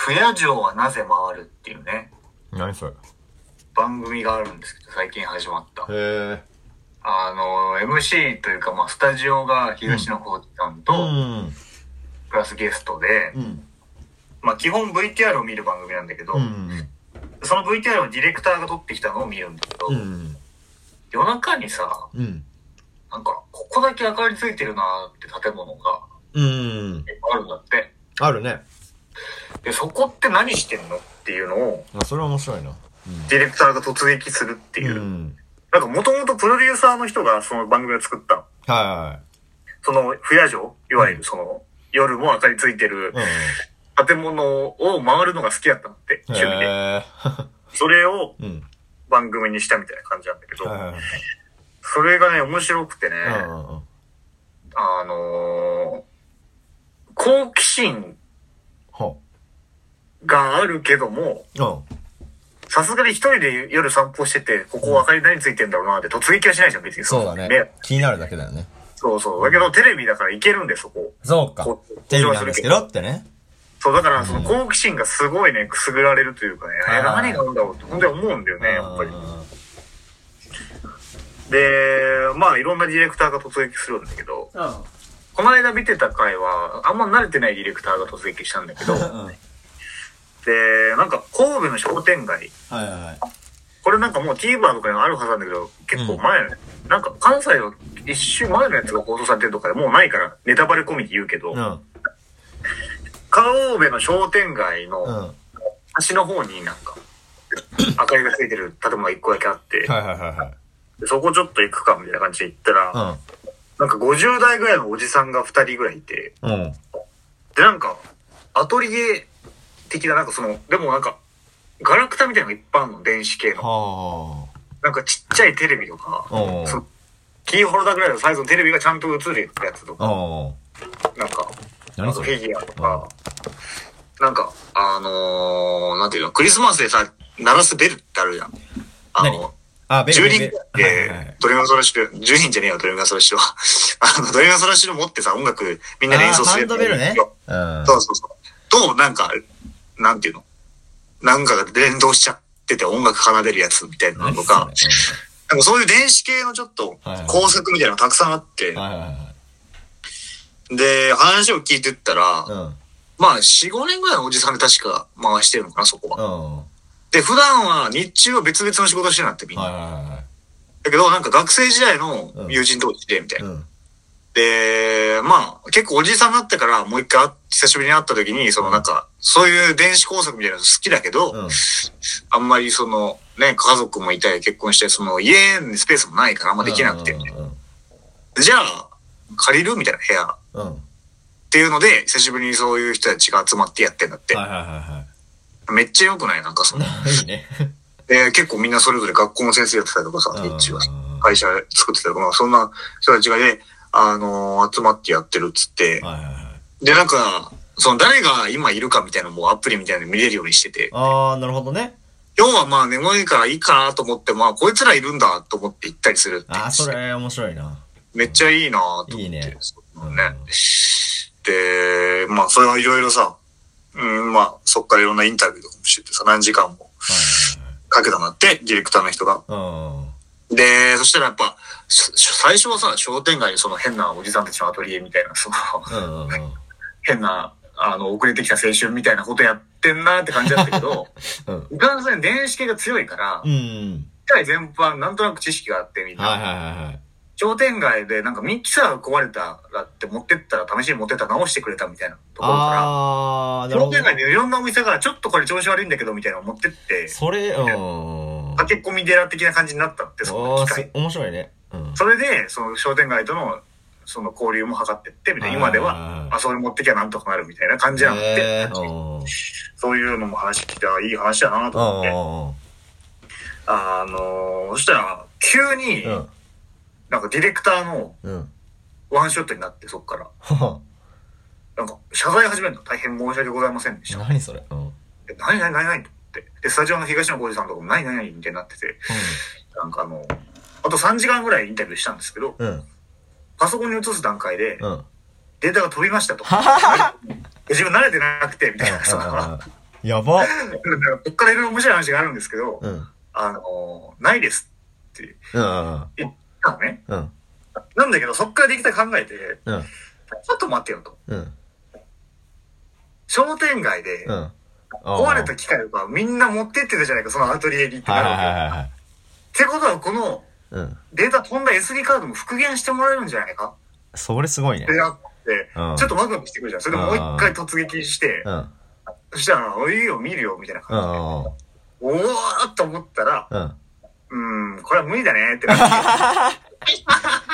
不夜城はなぜ回るっていうね、 何それ。 番組があるんですけど、最近始まった。 へ MC というか、まあ、スタジオが東野幸治さんと、プラスゲストで、まあ、基本 VTR を見る番組なんだけど、その VTR をディレクターが撮ってきたのを見るんだけど、夜中にさ、なんか、ここだけ明かりついてるなーって建物が、あるんだって。 あるね。 で、そこって何してんのっていうのを、 それは面白いな。 ディレクターが突撃するっていう。なんか、もともとプロデューサーの人がその番組を作ったの。 はい。 その、不夜城いわゆるその、夜も明かりついてる建物を回るのが好きだったんだって、趣味で。それを番組にしたみたいな感じなんだけど、それがね、面白くてね、好奇心があるけども、さすがに一人で夜散歩してて、ここ明かり何ついてんだろうなって突撃はしないじゃん、別に。 そうだね。気になるだけだよね。 そうそう。だけどテレビだから行けるんで、そこ。 そうか。テレビなんですけどってね。そう、 だからその好奇心がすごいね、くすぐられるというかね、何があるんだろうって本当に思うんだよね、やっぱり。で、まあいろんなディレクターが突撃するんだけど、この間見てた回は、あんま慣れてないディレクターが突撃したんだけど、で、なんか神戸の商店街。これなんかもう TVer とかにあるはずなんだけど、結構前のね、なんか関西の一周前のやつが放送されてるとかでもうないからネタバレ込みで言うけど、神戸の商店街の端の方になんか明かりがついてる建物が一個だけあって、そこちょっと行くかみたいな感じで行ったら、なんか50代ぐらいのおじさんが2人ぐらいいて、でなんかアトリエ的ななんかその、でもなんかガラクタみたいなのがいっぱいあるの、電子系の。なんかちっちゃいテレビとか、そのキーホルダーぐらいのサイズのテレビがちゃんと映るやつとか、なんか、フィギュアとか、なんか、なんていうの、クリスマスでさ、鳴らすベルってあるじゃん。10人で、ドレミファソラシド、10人じゃねえよ、ドレミファソラシドは。ドレミファソラシド持ってさ、音楽みんなで演奏する。 ハンドベルね。 そうそうそう。と、なんか、なんていうの、なんかが連動しちゃってて音楽奏でるやつみたいなのとか、なんかそういう電子系のちょっと工作みたいなのがたくさんあって、で、話を聞いてったら、まあ4、5年ぐらいのおじさんで確か回してるのかな、そこは。で、普段は日中は別々の仕事してるなってみんな。だけど、なんか学生時代の友人同士で、みたいな。で、まあ、結構おじさんになってからもう一回久しぶりに会った時に、そのなんか、そういう電子工作みたいなの好きだけど、あんまりその、ね、家族もいたり結婚して、その家にスペースもないからあんまできなくて、じゃあ、借りるみたいな部屋。っていうので、久しぶりにそういう人たちが集まってやってんだって。めっちゃ良くないなんかその。で、結構みんなそれぞれ学校の先生やってたりとかさ、日中は会社作ってたりとか、そんな人たちがね、集まってやってるっつって、で、なんか、その誰が今いるかみたいなのもアプリみたいなの見れるようにしてて。 なるほどね。 今日はまあ眠いからいいかなと思って、まあこいつらいるんだと思って行ったりするって。 それ面白いな。 めっちゃいいなと思って。いいね。で、まあそれはいろいろさ、まあそっからいろんなインタビューとかもしててさ、何時間もかけたなって、ディレクターの人が。で、そしたらやっぱ、最初はさ、商店街にその変なおじさんたちのアトリエみたいな、その、変な、遅れてきた青春みたいなことやってんなって感じだったけど、いかんせん電子系が強いから、世界全般なんとなく知識があってみんな。商店街でなんかミキサーが壊れたらって持ってったら、試しに持ってったら直してくれたみたいなところから、商店街でいろんなお店がちょっとこれ調子悪いんだけどみたいなのを持ってって、駆け込み寺的な感じになったって、その機会。 面白いね。 それで、その商店街との、その交流も図ってって、みたいな。今では、それ持ってきゃなんとかなるみたいな感じなのって、そういうのも話聞いたらいい話だなと思って。そしたら、急に、なんかディレクターの、ワンショットになって、そっから。なんか、謝罪始めるの。大変申し訳ございませんでした。 何それ何と思って。で、スタジオの東野幸治さんとかも何みたいになってて、なんかあと3時間ぐらいインタビューしたんですけど、パソコンに移す段階で、データが飛びましたと。自分慣れてなくて、みたいな、 やば。 こっからいろいろ面白い話があるんですけど、ないですって言ったのね。なんだけど、そっからできた考えて、ちょっと待ってよと。商店街で、壊れた機械とかみんな持ってってたじゃないか、そのアトリエにってなるわけ。ってことは、この、データ飛んだ SD カードも復元してもらえるんじゃないか。 それすごいね。 ってなって、ちょっとワクワクしてくるじゃん。それでもう一回突撃して、そしたら、いいよ、見るよ、みたいな感じで。おーっと思ったら、これは無理だねってなって。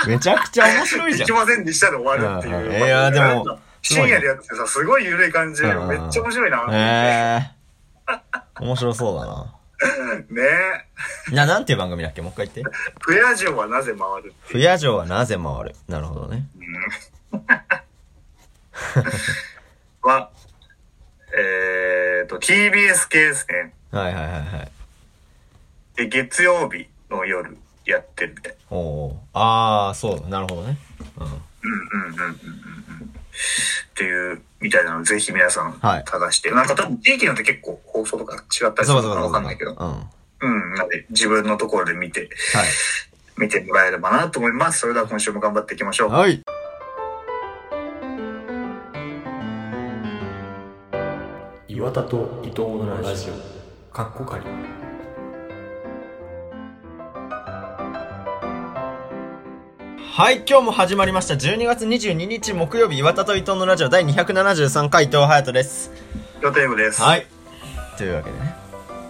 めちゃくちゃ面白いじゃん。 できませんでしたで終わるっていう。 いや、でも、 深夜でやってさ、すごい緩い感じで、めっちゃ面白いな。 面白そうだな。 ねえ。なんていう番組だっけ？もう一回言って。 不夜城はなぜ回る？ 不夜城はなぜ回る？なるほどね。 は、TBS 系ですね。 はいはいはいはい。 で、月曜日の夜やってるみたい。 そうだ、なるほどね。 っていうみたいなのぜひ皆さん探して、なんか多分地域によって結構放送とか違ったりするのかわかんないけど、なんで自分のところで見てもらえればなと思います。それでは今週も頑張っていきましょう。 はい。岩田と伊藤のラジオかっこかり。はい、今日も始まりました。12月22日木曜日、岩田と伊藤のラジオ第273回、伊藤隼人です。 伊藤英語です。 はい。というわけでね。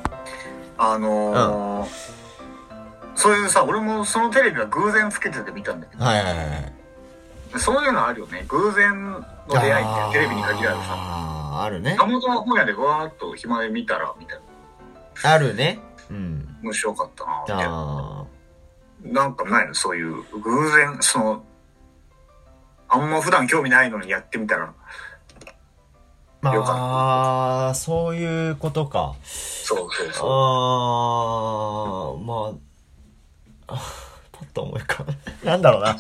そういうさ、俺もそのテレビは偶然つけてて見たんだけど。そういうのあるよね。偶然の出会いってテレビに限らずさ。 あるね。 たまたま本屋でわーっと暇で見たら、みたいな。あるね。 面白かったな、みたいな。なんかないの？そういう偶然、あんま普段興味ないのにやってみたら。 そういうことか。 そう。 パッと思い浮かぶ。なんだろうな。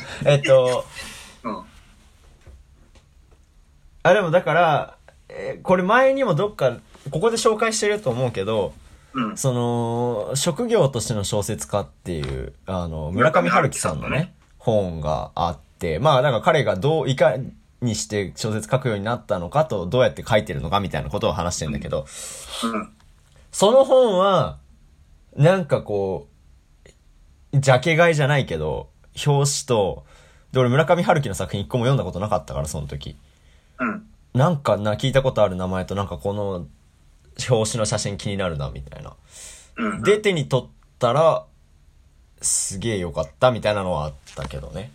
でもだから、これ前にもどっか、ここで紹介してると思うけど、職業としての小説家っていう、村上春樹さんのね、本があって、なんか彼がいかにして小説書くようになったのかと、どうやって書いてるのかみたいなことを話してんだけど、その本は、なんかこう、ジャケ買いじゃないけど、表紙と、で、俺村上春樹の作品一個も読んだことなかったから、その時。なんか聞いたことある名前と、なんかこの、表紙の写真気になるなみたいな、で手に取ったらすげえ良かったみたいなのはあったけどね。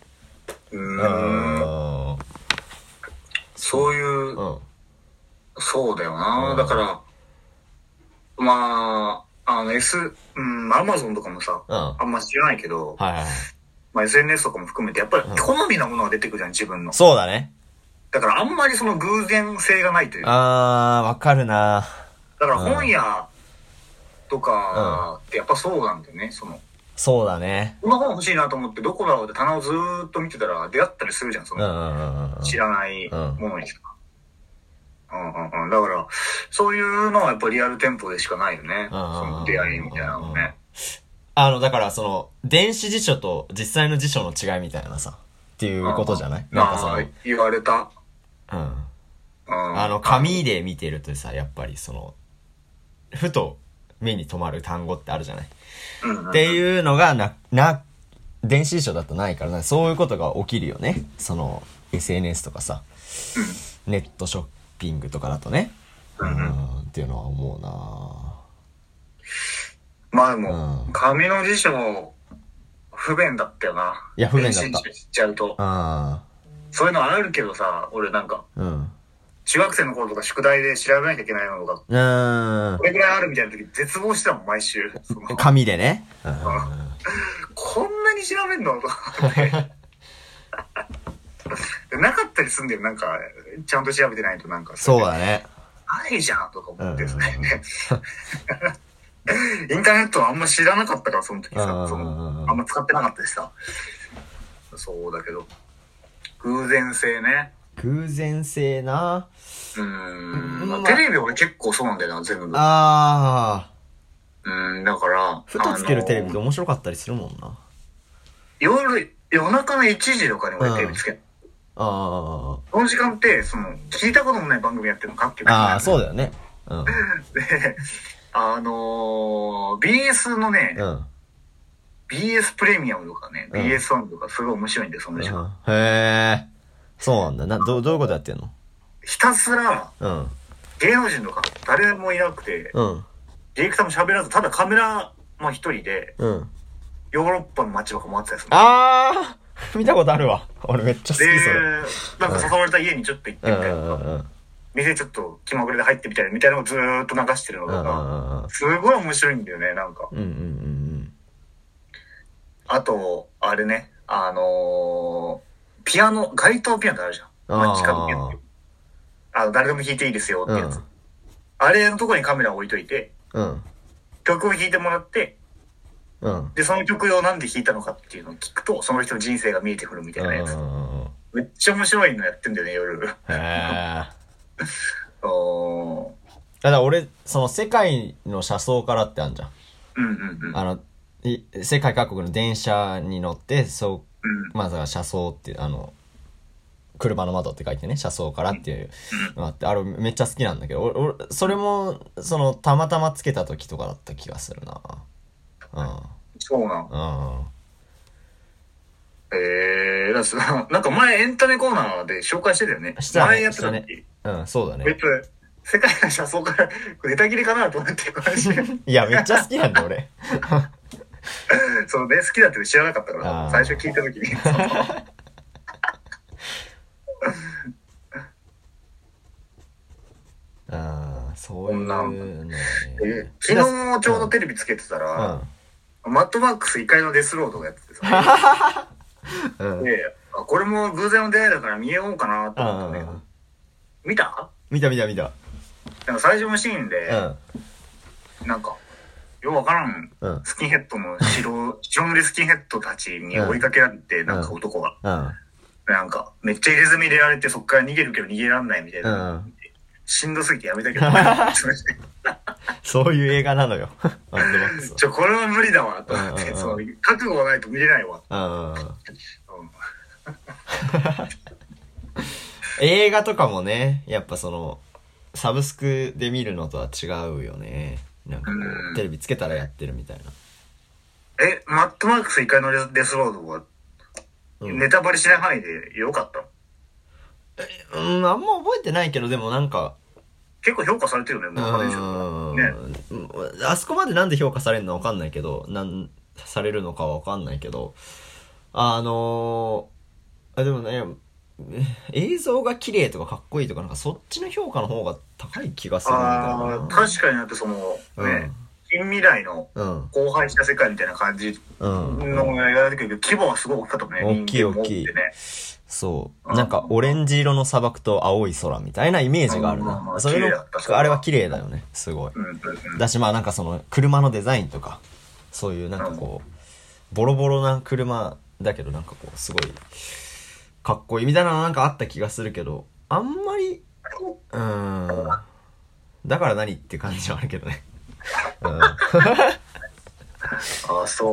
そういう、そうだよな。だからアマゾンとかもさ、あんま知らないけど、SNS とかも含めてやっぱり好みなものが出てくるじゃん、自分の。 そうだね。 だからあんまりその偶然性がないという。 わかるな。 だから本屋とかってやっぱそうなんだよね。 そうだね。 この本欲しいなと思ってどこだろうって棚をずーっと見てたら出会ったりするじゃん。知らないものにさ。だからそういうのはやっぱリアル店舗でしかないよね。その出会いみたいなのね。 だから電子辞書と実際の辞書の違いみたいなさっていうことじゃない？なんか言われた。 紙で見てるとさ、やっぱりふと目に留まる単語ってあるじゃない、っていうのが電子辞書だとないからそういうことが起きるよね。SNS とかさ、ネットショッピングとかだとね、っていうのは思うな。 でも、紙の辞書不便だったよな。 いや、不便だった。 電子辞書知っちゃうと。そういうのあるけどさ、俺なんか、中学生の頃とか宿題で調べなきゃいけないのが、これぐらいあるみたいな時絶望してたもん、毎週。 紙でね。 こんなに調べんのとかなかったりすんだよ、なんか、ちゃんと調べてないとなんか。 そうだね。 ないじゃんとか思ってですね。インターネットはあんま知らなかったから、その時さ、あんま使ってなかったしさ。そうだけど、偶然性ね。 偶然性な。 テレビ俺結構そうなんだよな、全部。だから。 ふとつけるテレビって面白かったりするもんな。 夜中の1時とかに俺テレビつける。この時間って、聞いたこともない番組やってるのかっていう。 そうだよね。 で、BS のね、BS プレミアムとかね、BS1 とかすごい面白いんで、その時間。 へー。そうなんだ。どういうことやってんの？ ひたすら、芸能人とか誰もいなくて、ディレクターも喋らず、ただカメラ一人で、ヨーロッパの街とか回ってたりする。 見たことあるわ。俺めっちゃ好きそれ。 なんか誘われた家にちょっと行ってみたいな。店ちょっと気まぐれで入ってみたいなのをずーっと流してるのが、すごい面白いんだよね、なんか。あと、あれね、ピアノ、街頭ピアノってあるじゃん。街角ピアノ。誰でも弾いていいですよってやつ。あれのとこにカメラを置いといて、曲を弾いてもらって、で、その曲をなんで弾いたのかっていうのを聞くと、その人の人生が見えてくるみたいなやつ。めっちゃ面白いのやってんだよね、夜。 だから俺、世界の車窓からってあるじゃん。世界各国の電車に乗って、まずは車窓って車の窓って書いてね、車窓からっていうのがあって、あれめっちゃ好きなんだけど、俺、それも、たまたまつけた時とかだった気がするな。 そうなん。なんか前エンタメコーナーで紹介してたよね。前やってた時。 そうだね。 別、世界の車窓から、ネタ切れかなと思っていや、めっちゃ好きなんだ、俺。 そうね、好きだって知らなかったから、最初聞いた時に。 そういうのね。 昨日ちょうどテレビつけてたら、マッドマックス1階のデスロードがやっててさ。で、これも偶然の出会いだから見ようかなと思ったね。見た。なんか最初のシーンで、なんか、よくわからん、スキンヘッドの白塗りスキンヘッドたちに追いかけられて、なんか男が。なんか、めっちゃ入れ墨入れられて、そっから逃げるけど逃げらんないみたいな。しんどすぎてやめたけど。 そういう映画なのよ。 これは無理だわ、と思って、覚悟がないと見れないわ。 映画とかもね、やっぱサブスクで見るのとは違うよね。なんかテレビつけたらやってるみたいな。 マッドマックス1階のデスロードは、ネタバレしない範囲でよかったの？あんま覚えてないけど、でもなんか、 結構評価されてるよね、 あそこまでなんで評価されるのわかんないけど、されるのかはわかんないけど、でもね、映像が綺麗とかかっこいいとか、なんかそっちの評価の方が高い気がするんだよな。 確かになって近未来の荒廃した世界みたいな感じの映画だけど、規模はすごく大きかったもんね。 大きい。そう。なんかオレンジ色の砂漠と青い空みたいなイメージがあるな。それの、あれは綺麗だよね。すごい。だし、なんか車のデザインとか、そういうなんかボロボロな車だけどなんかすごい、かっこいいみたいなのなんかあった気がするけど、あんまり、だから何って感じはあるけどね。 そう、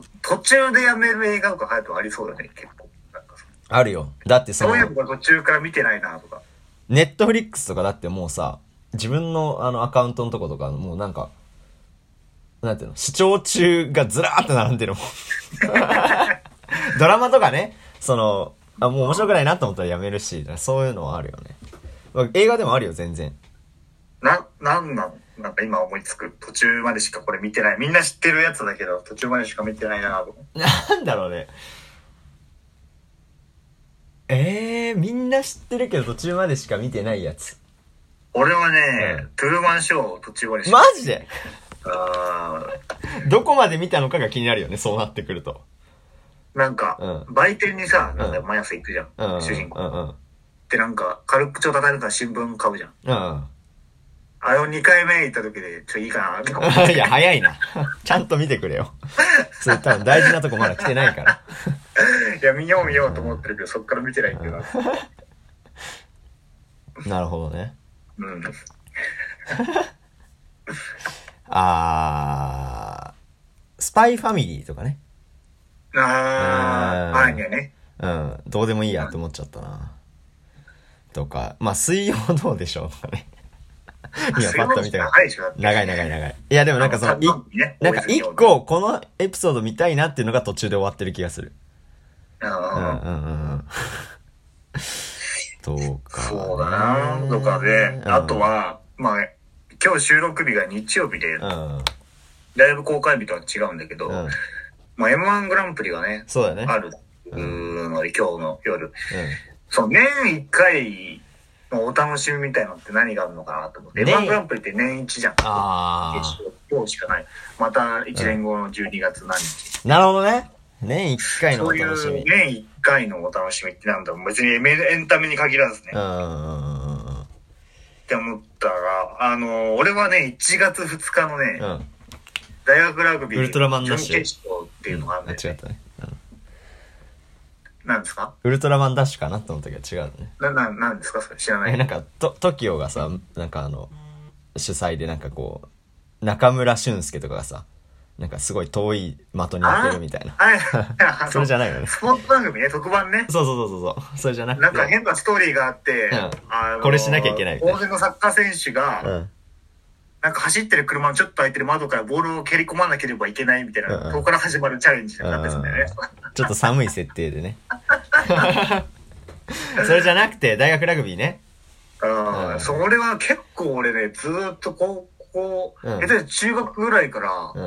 途中でやめる映画とか早くありそうだね、結構。 あるよ。だってそういうのが途中から見てないなとか。 ネットフリックスとかだってもうさ、自分のアカウントのとことか、もうなんか、なんていうの、視聴中がずらーって並んでるもん。ドラマとかね、もう面白くないなと思ったらやめるし、そういうのはあるよね。映画でもあるよ、全然。 なんか今思いつく。途中までしかこれ見てない。みんな知ってるやつだけど、途中までしか見てないなと思って。 なんだろうね。みんな知ってるけど途中までしか見てないやつ。 俺はね、トゥルーマンショー途中までしか。マジで？どこまで見たのかが気になるよね、そうなってくると。 なんか、売店にさ、毎朝行くじゃん。主人公。で、なんか、軽く叩いたら新聞買うじゃん。あれを2回目行った時で、いいかなって思って。 いや、早いな。ちゃんと見てくれよ。それ多分大事なとこまだ来てないから。 いや、見ようと思ってるけど、そっから見てないんだよな。 なるほどね。 うん。 スパイファミリーとかね。 あいやね。 うん。どうでもいいやって思っちゃったな。とか、まあ、水曜どうでしょうとかね。いや、パッと見たら。長い。いや、でもなんかその、なんか一個、このエピソード見たいなっていうのが途中で終わってる気がする。とか。 そうだなとかで、あとは、まあ、今日収録日が日曜日で、ライブ公開日とは違うんだけど、まあ、M1 グランプリがね、 そうだね。 あるので、今日の夜。そう、年1回のお楽しみみたいなのって何があるのかなと思って。M1 グランプリって年1じゃん。今日しかない。また1年後の12月何日。 なるほどね。年1回のお楽しみ。 そういう年1回のお楽しみってなんだろう。別にエンタメに限らずね。って思ったら、俺はね、1月2日のね、大学ラグビーウルトラマンダッシュ準決勝っていうのがあるんで、 違ったね。 なんですか？ ウルトラマンダッシュかなと思ったけど違うね。 なんですかそれ知らない。 なんか、TOKIO がさ、なんか主催でなんかこう、中村俊輔とかがさ、なんかすごい遠い的に当てるみたいな。はい。それじゃないよね。 スポーツ番組ね、特番ね。 そう。それじゃなくて。 なんか変なストーリーがあって、 これしなきゃいけないみたいな。 大勢のサッカー選手が、なんか走ってる車のちょっと開いてる窓からボールを蹴り込まなければいけないみたいな、そこから始まるチャレンジなんですね。 ちょっと寒い設定でね。それじゃなくて、大学ラグビーね。 それは結構俺ね、ずーっと中学ぐらいから、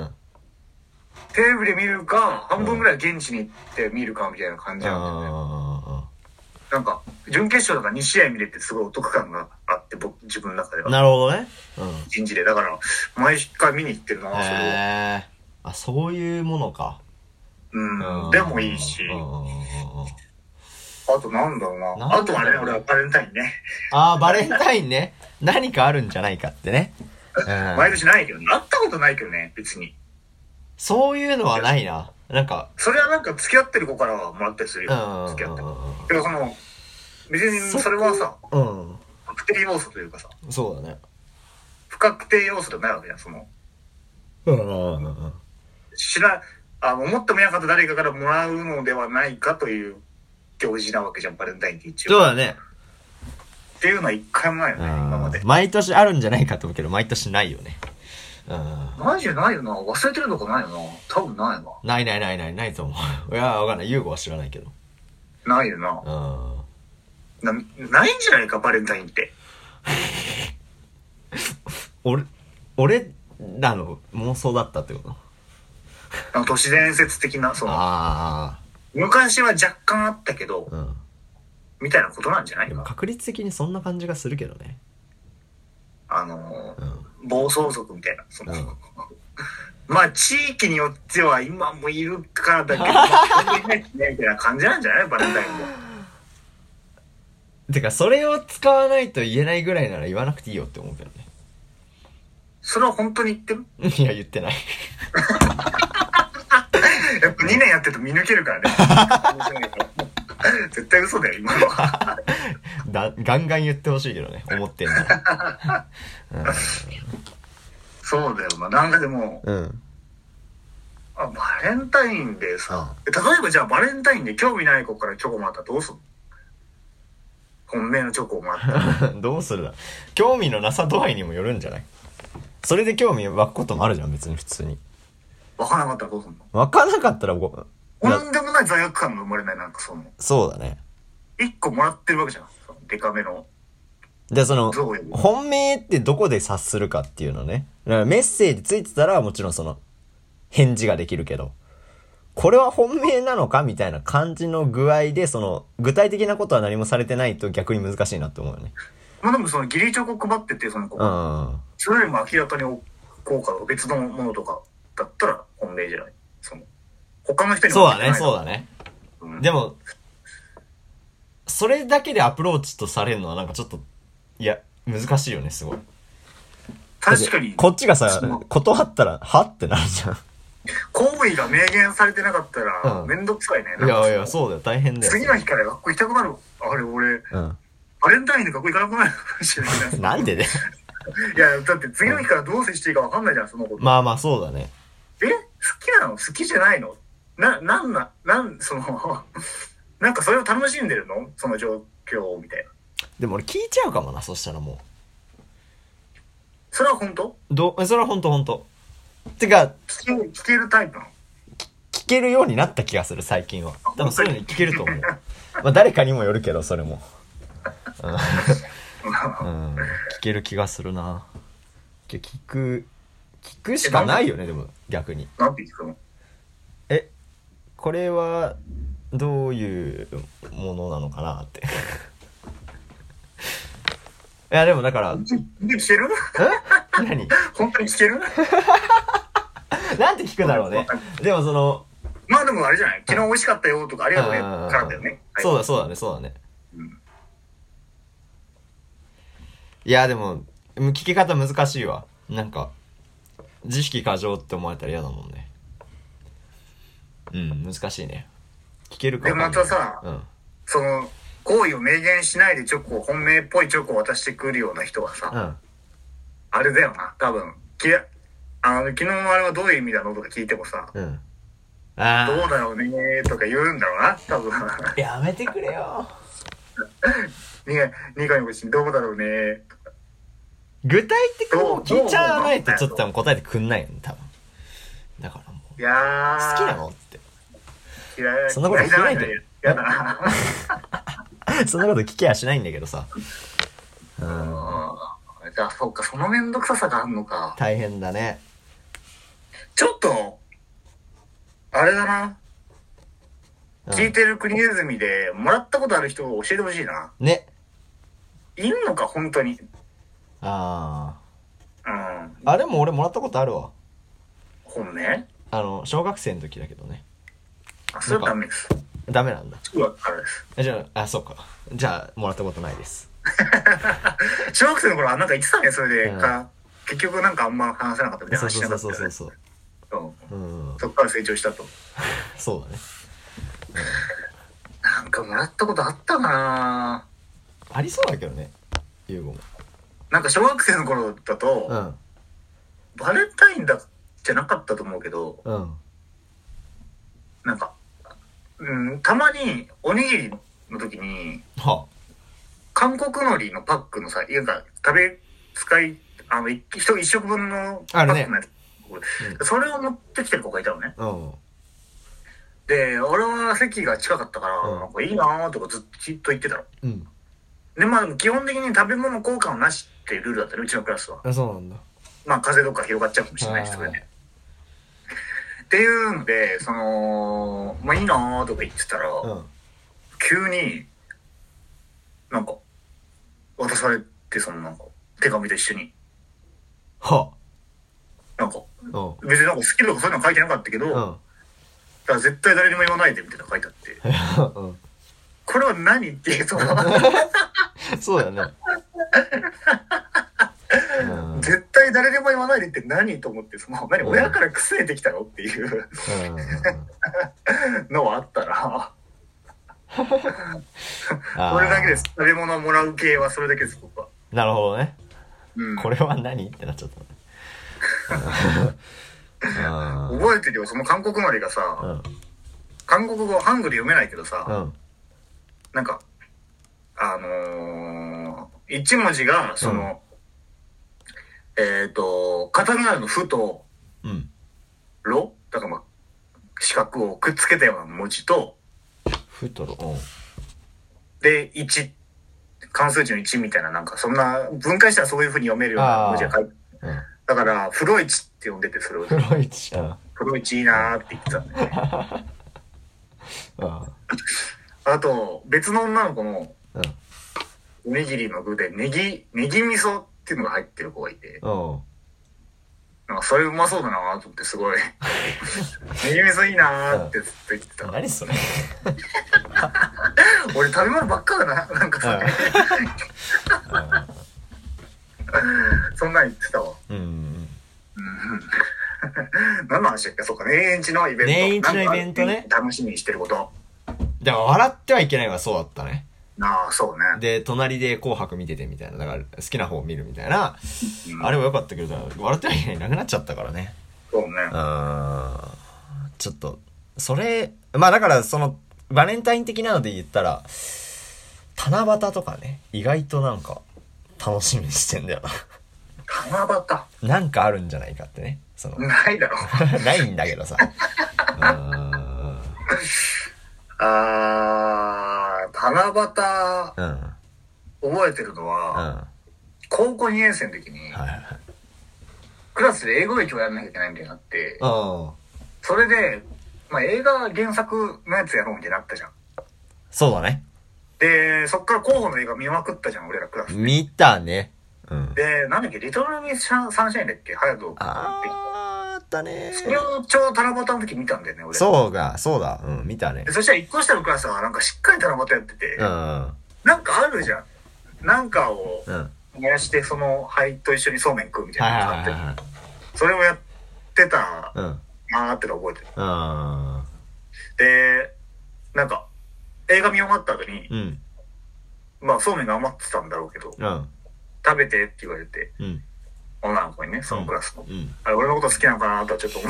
テレビで見るか、半分ぐらい現地に行って見るかみたいな感じなんだよね。なんか、準決勝だから2試合見れてすごいお得感があって、自分の中では。 なるほどね。 一日で。だから、毎回見に行ってるな、それを。そういうものか。 でもいいし。あとなんだろうな。あとはね、俺はバレンタインね。 バレンタインね。何かあるんじゃないかってね。 毎年ないけどね。会ったことないけどね、別に。 そういうのはないな。なんか。 それはなんか付き合ってる子からはもらったりするよ。付き合ってる。でも別にそれはさ、不確定要素というかさ。 そうだね。 不確定要素でもないわけじゃん、思ってもいなかった誰かからもらうのではないかという行事なわけじゃん、バレンタインって一応。 そうだね。 っていうのは一回もないよね、今まで。 毎年あるんじゃないかと思うけど、毎年ないよね。 マジでないよな。忘れてるのかないよな。多分ないわ。 ないと思う。いや、わかんない。ユーゴは知らないけど。 ないよな。ないんじゃないか、バレンタインって。 俺らの妄想だったってこと都市伝説的な、昔は若干あったけど、みたいなことなんじゃないか。 でも確率的にそんな感じがするけどね。 暴走族みたいな。まあ、地域によっては今もいるかだけど、みたいな感じなんじゃないバレンタインも。 てか、それを使わないと言えないぐらいなら言わなくていいよって思うけどね。 それは本当に言ってる？ いや、言ってない。 やっぱ2年やってると見抜けるからね。絶対嘘だよ、今のは。 ガンガン言ってほしいけどね、思ってんの。 そうだよな。なんかでも、バレンタインでさ、例えばじゃあバレンタインで興味ない子からチョコもらったらどうするの？本命のチョコをもらったら。 どうするだ？興味のなさ度合いにもよるんじゃない？それで興味湧くこともあるじゃん、別に普通に。 湧かなかったらどうするの？湧かなかったらとんでもない罪悪感が生まれない、なんかそうだね。 1個もらってるわけじゃん。デカめの。 で、本命ってどこで察するかっていうのね。だからメッセージついてたらもちろん返事ができるけど、これは本命なのかみたいな感じの具合で、具体的なことは何もされてないと逆に難しいなって思うよね。 まあでも義理チョコ配ってて、それよりも明らかに効果が別のものとかだったら本命じゃない。他の人にもそうだね。でも、それだけでアプローチとされるのはなんかちょっと、いや、難しいよね、すごい。 確かに。 こっちがさ、断ったら、はってなるじゃん。 行為が明言されてなかったら、めんどくさいね。 いや、そうだよ、大変だよ。 次の日から学校行きたくなる。あれ、俺、ババレンタインの学校行かなくなるかもしれないな。 なんでね。 いや、だって次の日からどう接していいか分かんないじゃん、そのこと。 まあまあ、そうだね。 好きなの？好きじゃないの？なんかそれを楽しんでるの？その状況を見て。 でも俺聞いちゃうかもな、そしたらもう。 それは本当？ それは本当。てか、 聞けるタイプなの？ 聞けるようになった気がする、最近は。多分そういうのに聞けると思う。まあ誰かにもよるけど、それも。うん、聞ける気がするな。聞くしかないよね、でも逆に。 なんて聞くの？ これはどういうものなのかなって。いやでもだから聞ける？ 何？ 本当に聞ける？ なんて聞くんだろうね。でもそのまあでもあれじゃない？昨日美味しかったよとかありがとうねからだよね。 そうだね。いやでも聞き方難しいわ。なんか自意識過剰って思われたら嫌だもんね。難しいね。聞けるかでまたさ、その行為を明言しないで本命っぽいチョコを渡してくるような人はさ、あれだよな、多分昨日あれはどういう意味なのとか聞いてもさ、どうだろうねとか言うんだろうな、多分。 やめてくれよ。 ニカニコしてどうだろうねとか。 具体的に聞いちゃわないとちょっと答えてくんないよね、多分。だからもう。 いや好きなのって。 嫌い。 そんなこと聞けないんだよ。 やだな。 そんなこと聞きゃしないんだけどさ。 じゃあそうか、そのめんどくささがあんのか。 大変だね。 ちょっとあれだな。聞いてる国ネズミでもらったことある人を教えてほしいな。 ね。 いんのか本当に。 でも俺もらったことあるわ。 本ね。 小学生の時だけどね。 それはダメです。 ダメなんだ。 中学からです。 じゃあ、そうか。じゃあもらったことないです。 小学生の頃はなんか言ってたね、それで、結局なんかあんま話せなかったみたいな話しなかったよね。そう。そっから成長したと。 そうだね。 なんかもらったことあったかな。 ありそうだけどね、ユーゴも。 なんか小学生の頃だと、バレンタインじゃなかったと思うけど、なんか、たまにおにぎりの時に、韓国海苔のパックのさ、一食分のパックのやつ、それを持ってきてる子がいたのね。で、俺は席が近かったから、なんかいいなーとかずっと言ってたの。で、まあ基本的に食べ物交換はなしっていうルールだったね、うちのクラスは。 そうなんだ。 まあ風邪とか広がっちゃうかもしれないし、それで。っていうので、まあいいなーとか言ってたら、急に、なんか、渡されて、なんか、手紙と一緒に。なんか、別になんか好きとかそういうの書いてなかったけど、だから絶対誰にも言わないでみたいなの書いてあって。これは何っていうとそうだね。 絶対誰にも言わないでって何と思って、親からくれてきたのっていうのはあったら、これだけです。食べ物をもらう系はそれだけです、僕は。 なるほどね。これは何ってなっちゃった。 覚えてるよ、その韓国海苔がさ、韓国語ハングル読めないけどさ、なんか一文字がカタカナのフとロ、だから四角をくっつけたような文字とフとロで1、関数値の1みたいな、なんかそんな分解したらそういう風に読めるような文字が書いて、だからフロイチって呼んでて、それをフロイチいいなーって言ってたんだよね。あと別の女の子のおにぎりの具でネギ味噌っていうのが入ってる子がいて、なんかそれうまそうだなーと思って、すごいネギ味噌いいなーってずっと言ってた。 何それ俺食べ物ばっかだな、なんかさそんなん言ってたわ。何の話だっけ。そうか、年一のイベントね。楽しみにしてること。でも笑ってはいけないはそうだったね。 ああ、そうね。 で、隣で紅白見ててみたいな。だから好きな方を見るみたいな。あれは良かったけど、笑ってはいけないなくなっちゃったからね。 そうね。 ちょっと、それ、まあだからその、バレンタイン的なので言ったら、七夕とかね、意外となんか、楽しみにしてんだよな。 七夕なんかあるんじゃないかってね。そのないだろ。 ないんだけどさ。 七夕、覚えてるのは、 高校2年生の時に、クラスで英語劇をやらなきゃいけないみたいになって、それで、まあ、映画原作のやつやろうみたいになったじゃん。 そうだね。 で、そっから候補の映画見まくったじゃん、俺らクラスで。 見たね。 で、なんだっけ、リトルミスサンシャインだっけ、隼人君あったね。 それをちょうど七夕の時見たんだよね、俺。 そうだ。見たね。 でそしたら1個下のクラスはなんかしっかり七夕やってて、なんかあるじゃん。なんかを燃やして、その灰と一緒にそうめん食うみたいなのがあって、それをやってたなーっての覚えてる。で、なんか、映画見終わった後に、まあそうめんが余ってたんだろうけど、食べてって言われて、女の子にね、そのクラスの。あれ、俺のこと好きなのかなとはちょっと思って。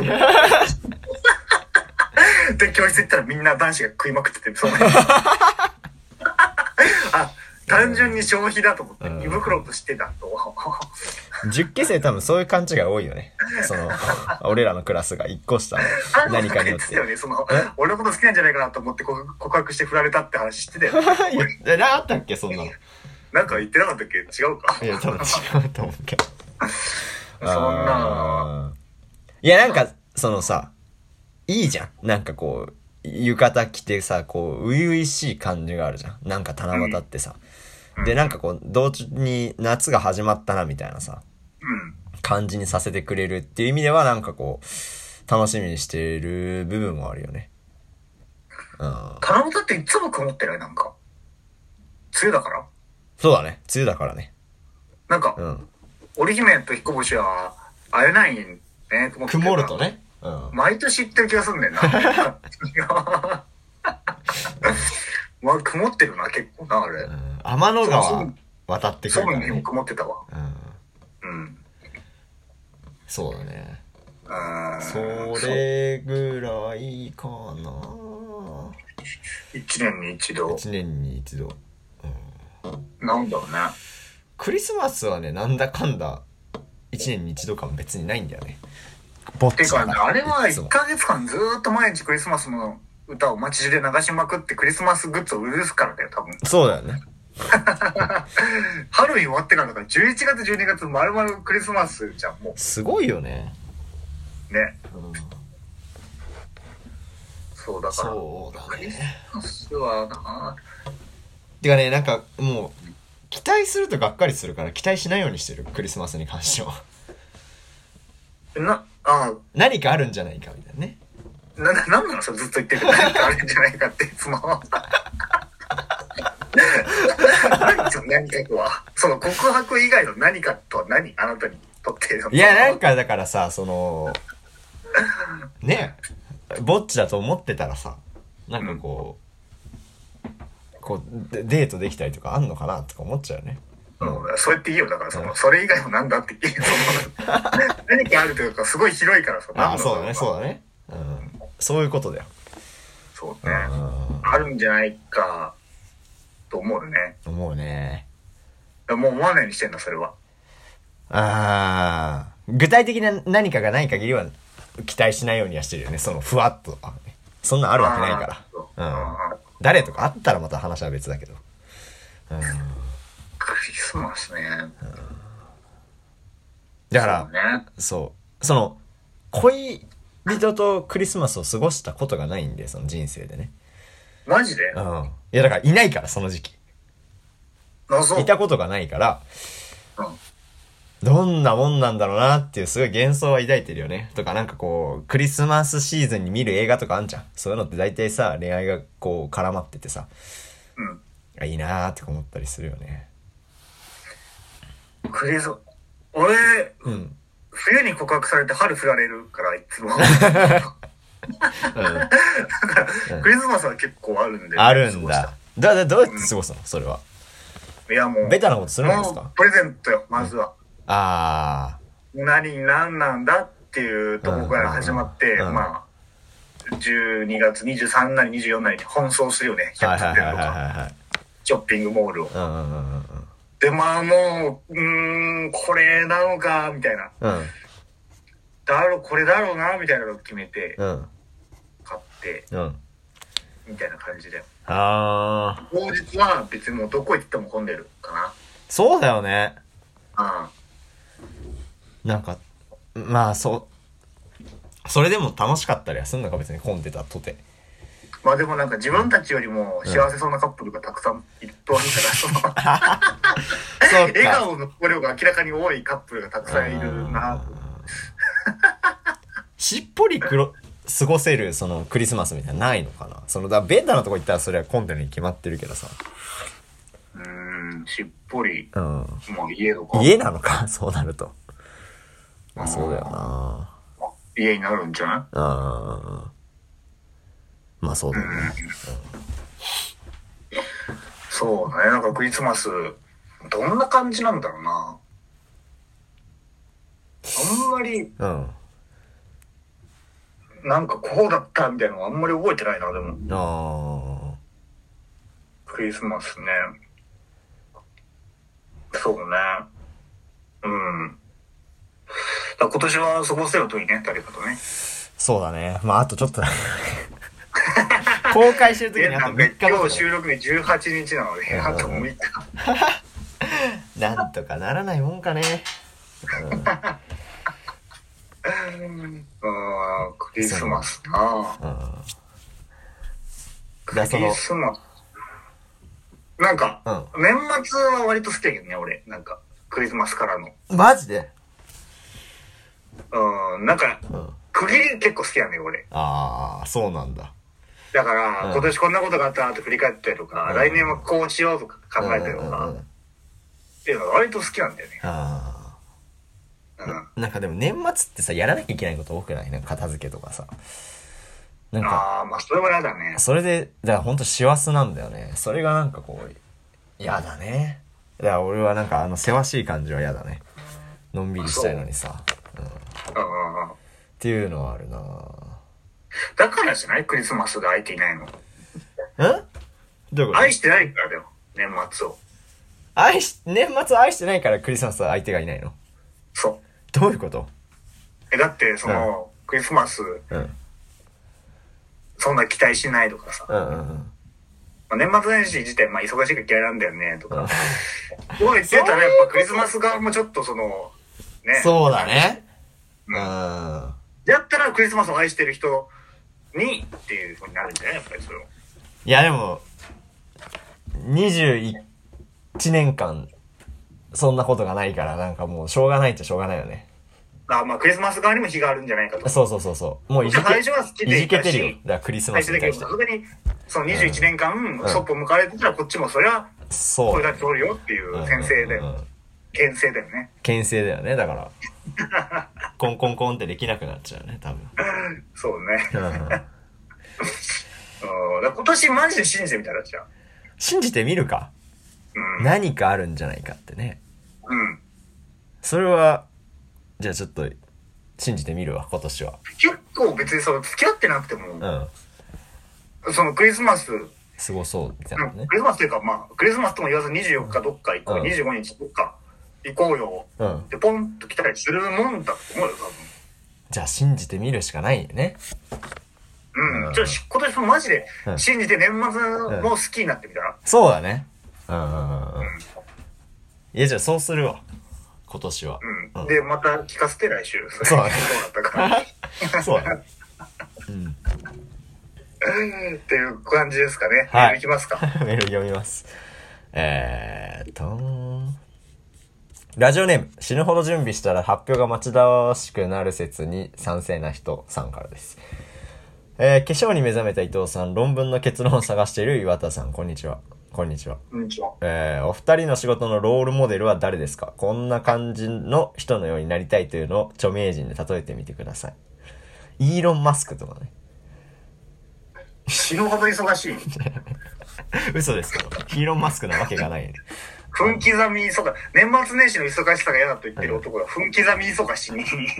で、教室行ったらみんな男子が食いまくってて、そうめん。あ、単純に消費だと思って、胃袋としてたと。 10期生多分そういう勘違い多いよね。その、俺らのクラスが1個下の何かによって。 俺のこと好きなんじゃないかなと思って告白して振られたって話してたよね。 あったっけそんなの。 なんか言ってなかったっけ？違うか。 いや、多分違うと思うけど。 そんな。 いや、なんか、そのさ、いいじゃん。なんかこう、浴衣着てさ、こう、初々しい感じがあるじゃん。なんか七夕ってさ。で、なんかこう、同時に夏が始まったなみたいなさ、感じにさせてくれるっていう意味では、なんかこう、楽しみにしてる部分もあるよね。 七夕っていつも曇ってない？なんか。梅雨だから？ そうだね。梅雨だからね。 なんか、織姫と彦星は会えないね。 曇るとね。 毎年言ってる気がするんだよな。まあ、曇ってるな、結構な、あれ。 天の川渡ってくるからね。 そうにも曇ってたわ。 そうだね。それぐらいかな。 1年に一度。 1年に一度。 なんだろうね。 クリスマスはね、なんだかんだ1年に一度かも別にないんだよね。ぼっちだから。 てか、あれは1ヶ月間ずーっと毎日クリスマスの歌を街中で流しまくってクリスマスグッズを売るからだよ、多分。 そうだよね。 ハロウィン終わってからだから11月12月丸々クリスマスじゃん、もう。 すごいよね。 ね。そうだから。 そうだね。 クリスマスはな。 てかね、なんかもう期待するとがっかりするから期待しないようにしてる、クリスマスに関しては。何かあるんじゃないかみたいなね。 なんなのそれずっと言ってる。何かあるんじゃないかって、その。何その何かとは。その告白以外の何かとは何？あなたにとって。 いや、なんかだからさ、その、ね、ぼっちだと思ってたらさ、なんかこうデートできたりとかあんのかなとか思っちゃうよね。 そうやっていいよ。だからそれ以外もなんだって言う。何かあるというかすごい広いからさ。 そうだね。そういうことだよ。 そうね。あるんじゃないかと思うね。 思うね。 もう思わないようにしてんだ、それは。 具体的な何かがない限りは期待しないようにはしてるよね。そのふわっとか、ね。そんなんあるわけないから。誰とかあったらまた話は別だけど。 クリスマスね。 だから、その、恋人とクリスマスを過ごしたことがないんで、その人生でね。 マジで？ いや、だからいないから、その時期。いたことがないから、どんなもんなんだろうなっていうすごい幻想は抱いてるよね。とかなんかこう、クリスマスシーズンに見る映画とかあんじゃん。そういうのって大体さ、恋愛がこう絡まっててさ、いいなーって思ったりするよね。 俺、冬に告白されて春振られるからいつも。だからクリスマスは結構あるんで、 あるんだ。 どうやって過ごすのそれは。 いやもう。 ベタなことするんですか？ プレゼントよ、まずは。 あ何なんだっていうところから始まって、まあ、12月23なり24なりに奔走するよね、百貨店とか、ショッピングモールを。で、まあもう、これなのか、みたいな。これだろうな、みたいなのを決めて、買って、みたいな感じで。当日は別にもうどこ行っても混んでるかな。 そうだよね。なんか、まあそれでも楽しかったりはすんのか、別に混んでたとて。 まあでもなんか自分たちよりも幸せそうなカップルがたくさんいっぱいいるから、笑顔の量が明らかに多いカップルがたくさんいるな。 しっぽり過ごせるそのクリスマスみたいなないのかな。ベタなとこ行ったらそれは混んでるに決まってるけどさ。 しっぽり。まあ家なのかそうなると。まあそうだよな。 家になるんじゃない？ まあそうだよね。 そうだね。なんかクリスマスどんな感じなんだろうな。あんまりなんかこうだったみたいなのあんまり覚えてないな。でもクリスマスね。そうね。今年は過ごせるといいね、誰かとね。 そうだね。まああとちょっと公開してる時にあと3日。 今日収録日18日なので、あと6日。 なんとかならないもんかね。 クリスマスな。クリスマス。なんか、年末は割と好きだけどね、俺。なんか、クリスマスからの。 マジで？ なんか、区切り結構好きなんだよ、俺。 そうなんだ。 だから、今年こんなことがあったなって振り返ったりとか、来年はこうしようとか考えたりとか、っていうのが割と好きなんだよね。 なんかでも年末ってさ、やらなきゃいけないこと多くない？なんか片付けとかさ。なんかまあそれは嫌だね。 それで、だからほんと師走なんだよね。それがなんかこう、嫌だね。だから俺はなんかせわしい感じは嫌だね。のんびりしたいのにさ。っていうのはあるな。 だからじゃない？クリスマスが空いていないの。 どういうこと？ 愛してないからだよ、年末を。 年末を愛してないからクリスマスは相手がいないの？ そう。 どういうこと？ だって、クリスマス、そんな期待しないとかさ。年末年始自体、まあ忙しいから嫌いなんだよね、とか。そう言ってたらやっぱクリスマス側もちょっとね。 そうだね。 だったらクリスマスを愛してる人にっていう風になるんじゃない？やっぱりそれを。 いやでも、21年間、そんなことがないから、なんかもうしょうがないっちゃしょうがないよね。 まあクリスマス側にも日があるんじゃないかと。 そう。もういじけてるよ。だからクリスマスに対して。 さすがに、その21年間、そっぽ向かれてたらこっちもそれは、これだけ取るよっていう先生で、牽制だよね。 牽制だよね、だから。コンコンコンってできなくなっちゃうね、多分。 そうね。今年マジで信じてみたらじゃあ。 信じてみるか。何かあるんじゃないかってね。それは、じゃあちょっと、信じてみるわ、今年は。 結構別に付き合ってなくても、クリスマス、 過ごそうみたいなね。 クリスマスっていうか、まあ、クリスマスとも言わず24日どっか行こう、25日どっか行こうよ。で、ポンと来たりするもんだと思うよ、多分。 じゃあ信じてみるしかないよね。 じゃあ今年もマジで信じて年末も好きになってみたら。 そうだね。いや、じゃあそうするわ。今年は。 で、また聞かせて来週。 そうだね。 どうだったか。 そうだね。 っていう感じですかね。 はい。 メールいきますか。 メール読みます。ラジオネーム、死ぬほど準備したら発表が待ち遠しくなる説に賛成な人さんからです。化粧に目覚めた伊藤さん、論文の結論を探している岩田さん、こんにちは。こんにちは。 こんにちは。 お二人の仕事のロールモデルは誰ですか？こんな感じの人のようになりたいというのを著名人で例えてみてください。イーロン・マスクとかね。 死ぬほど忙しい。 嘘ですけど。イーロンマスクなわけがないね。 分刻み忙し、年末年始の忙しさが嫌だと言ってる男が分刻み忙しに。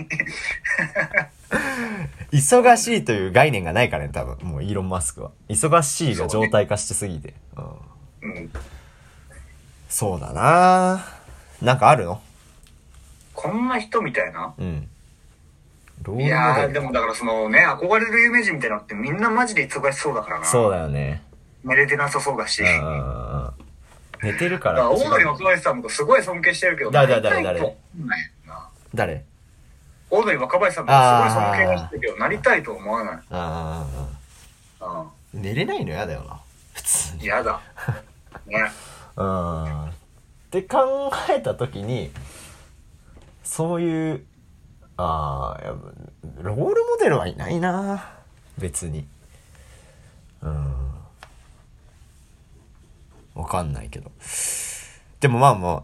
忙しいという概念がないからね、多分。もうイーロンマスクは。忙しいが状態化してすぎて。うん。そうだな。なんかあるの？ こんな人みたいな。 うん。 いやー、でもだからそのね、憧れる有名人みたいなのってみんなマジで忙しそうだからな。 そうだよね。 寝れてなさそうだし。 寝てるから。 オードリー若林さんもすごい尊敬してるけど、 誰オードリー若林さんもすごい尊敬してるけど、なりたいと思わない。 寝れないの嫌だよな。普通に。 嫌だ。ね。 って考えたときに、そういう、ロールモデルはいないな。別に。わかんないけど。でもま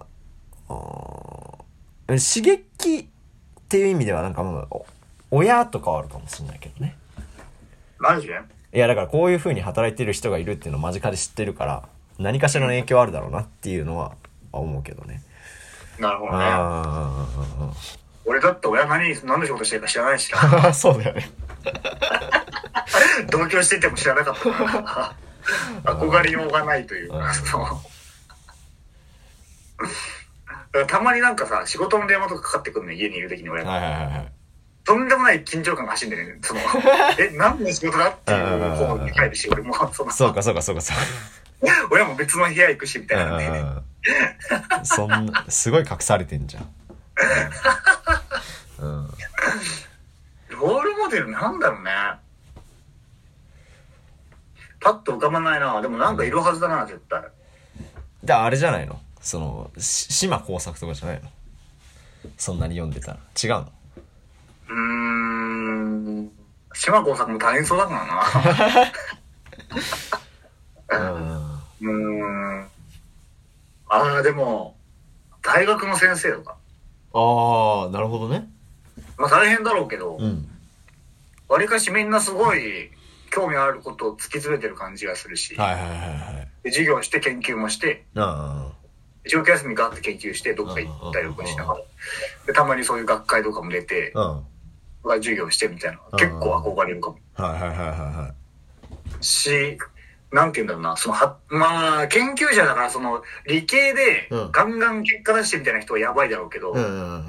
あ、刺激っていう意味ではなんか親とかはあるかもしれないけどね。 マジで？ いやだからこういう風に働いてる人がいるっていうのを間近で知ってるから、何かしらの影響あるだろうなっていうのは思うけどね。 なるほどね。俺だって親何で仕事してるか知らないしな。そうだよね。 同居してても知らなかったから。憧れようがないというか、たまになんかさ、仕事の電話とかかかってくるの、家にいる時に俺。とんでもない緊張感が走んでるね。何の仕事だっていう方に帰るし、俺も。 そうか。 俺も別の部屋行くし、みたいなね。 すごい隠されてんじゃん。 ロールモデルなんだろうね。パッと浮かばないな。でもなんかいるはずだな、絶対。 あれじゃないの？島耕作とかじゃないの？そんなに読んでたら。違うの？ 島耕作も大変そうだからな。でも、大学の先生とか。 なるほどね。 まあ大変だろうけど、わりかしみんなすごい興味あることを突き詰めてる感じがするし、授業して研究もして、長期休みがあって研究してどっか行ったりとかしながら、でたまにそういう学会とかも出て、授業してみたいな、結構憧れるかも。なんて言うんだろうな、まあ、研究者だから理系でガンガン結果出してみたいな人はやばいだろうけど、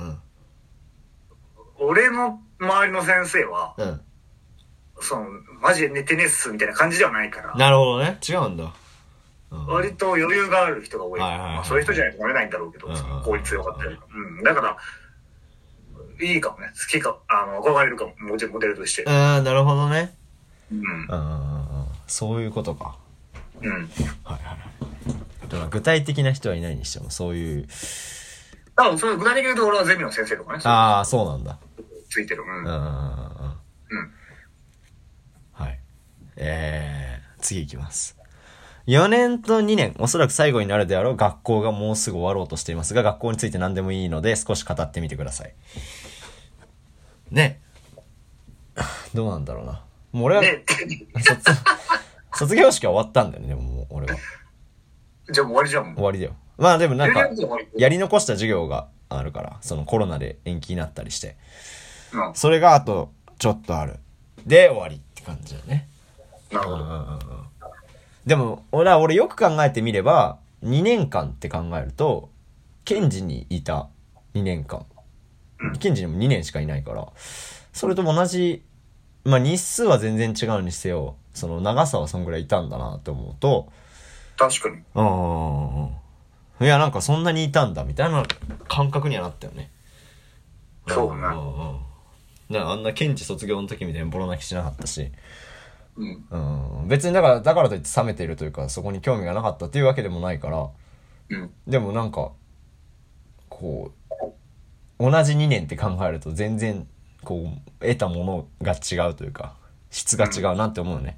俺の周りの先生は、マジで寝てねっすみたいな感じではないから。 なるほどね。違うんだ。 割と余裕がある人が多い。そういう人じゃないとなれないんだろうけど、効率よかったり。だから、いいかもね。好きか、憧れるかも。もちろんモデルとして。 なるほどね。そういうことか。具体的な人はいないにしても、そういう。 多分、具体的に言うと俺はゼミの先生とかね。 そうなんだ。 ついてる。 次いきます。4年と2年、おそらく最後になるであろう学校がもうすぐ終わろうとしていますが、学校について何でもいいので少し語ってみてください。ね。どうなんだろうな。もう俺は、卒業式は終わったんだよね、でももう俺は。 じゃあもう終わりじゃん。 終わりだよ。まあでもなんか、やり残した授業があるから、コロナで延期になったりして。それがあと、ちょっとある。で、終わりって感じだね。 なるほど。 でも、俺よく考えてみれば、2年間って考えると、検事にいた2年間。検事にも2年しかいないから、それとも同じ、まあ日数は全然違うにせよ、長さはそんぐらいいたんだなって思うと、 確かに。 いや、なんかそんなにいたんだ、みたいな感覚にはなったよね。 そうね。 あんな検事卒業の時みたいにボロ泣きしなかったし、別にだからといって冷めているというか、そこに興味がなかったっていうわけでもないから、でもなんか、同じ2年って考えると全然、得たものが違うというか、質が違うなって思うね。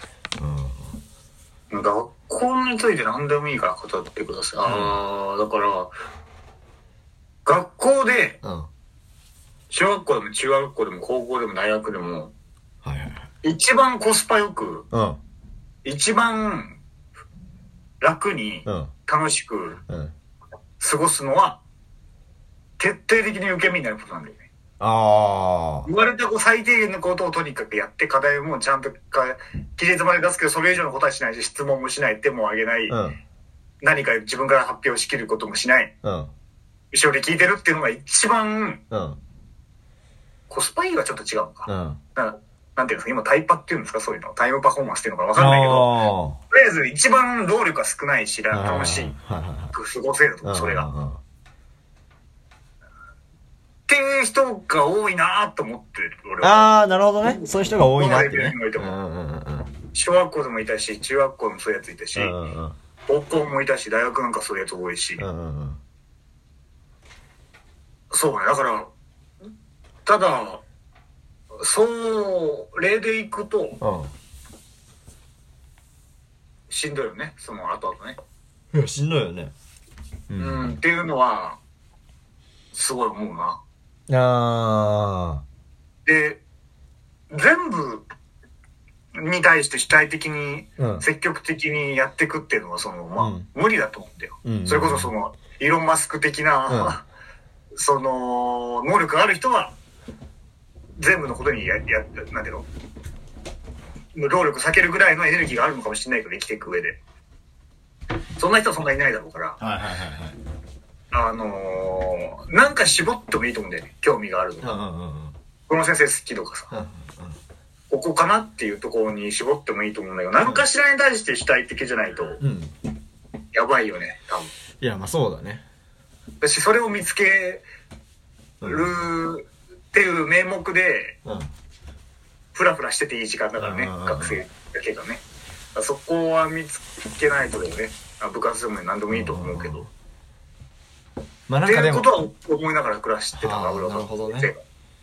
学校について何でもいいから語ってください。だから、学校で、小学校でも中学校でも高校でも大学でも、一番コスパよく、一番楽に楽しく過ごすのは徹底的に受け身になることなんだよね。言われた最低限のことをとにかくやって、課題もちゃんと期日まで出すけど、それ以上のことはしないし、質問もしない、手も挙げない、何か自分から発表しきることもしない、後ろで聞いてるっていうのが一番、コスパいいはちょっと違うのか。なんていうんですか、今タイパっていうんですか、そういうの。タイムパフォーマンスっていうのかわかんないけど、とりあえず一番労力が少ないし、楽しい過ごせると、それが。っていう人が多いなと思ってる、俺は。 なるほどね。そういう人が多いなってね。 小学校でもいたし、中学校でもそういうやついたし、高校もいたし、大学なんかそういうやつ多いし。そうね、だから、ただ、例でいくと、しんどいよね、その後々ね。 いや、しんどいよね。 っていうのは、すごい思うな。で、全部に対して主体的に、積極的にやっていくっていうのは、無理だと思うんだよ。それこそイーロン・マスク的な、能力がある人は、全部のことになんていうの、労力避けるぐらいのエネルギーがあるのかもしれないけど、生きていく上で。そんな人はそんなにいないだろうから。なんか絞ってもいいと思うんだよね。興味があるの。この先生好きとかさ。ここかなっていうところに絞ってもいいと思うんだけど、何かしらに対して主体的じゃないと、やばいよね、多分。 いや、まあそうだね。 私、それを見つけるっていう名目で、フラフラしてていい時間だからね、学生だけどね。そこは見つけないとだよね。部活でも何でもいいと思うけど。っていうことは思いながら暮らしてたから、俺は。 なるほどね。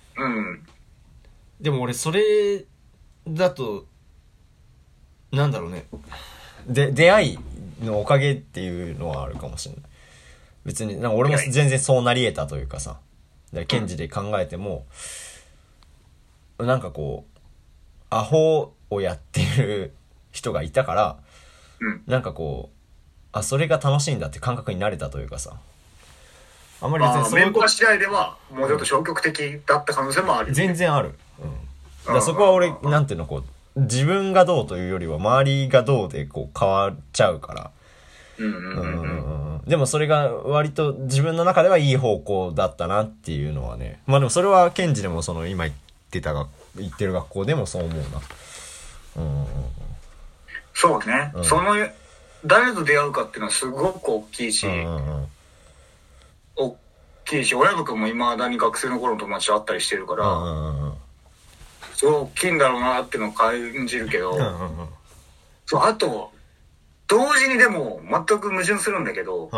でも俺、それだと、なんだろうね。出会いのおかげっていうのはあるかもしれない。別に、なんか俺も全然そうなり得たというかさ。検事で考えても、なんかこう、アホをやってる人がいたから、なんかこう、それが楽しいんだって感覚になれたというかさ。あんまり別にそういうメンバー次第ではもうちょっと消極的だった可能性もある、ね、 全然ある、だからそこは俺なんていうのこう自分がどうというよりは周りがどうでこう変わっちゃうからでもそれが割と自分の中ではいい方向だったなっていうのはね。まあでもそれはケンジでも今言ってる学校でもそう思うな。 そうね、誰と出会うかっていうのはすごく大きいし、親とかも未だに学生の頃の友達と会ったりしてるから、すごい大きいんだろうなっていうのを感じるけど、あと同時にでも全く矛盾するんだけど、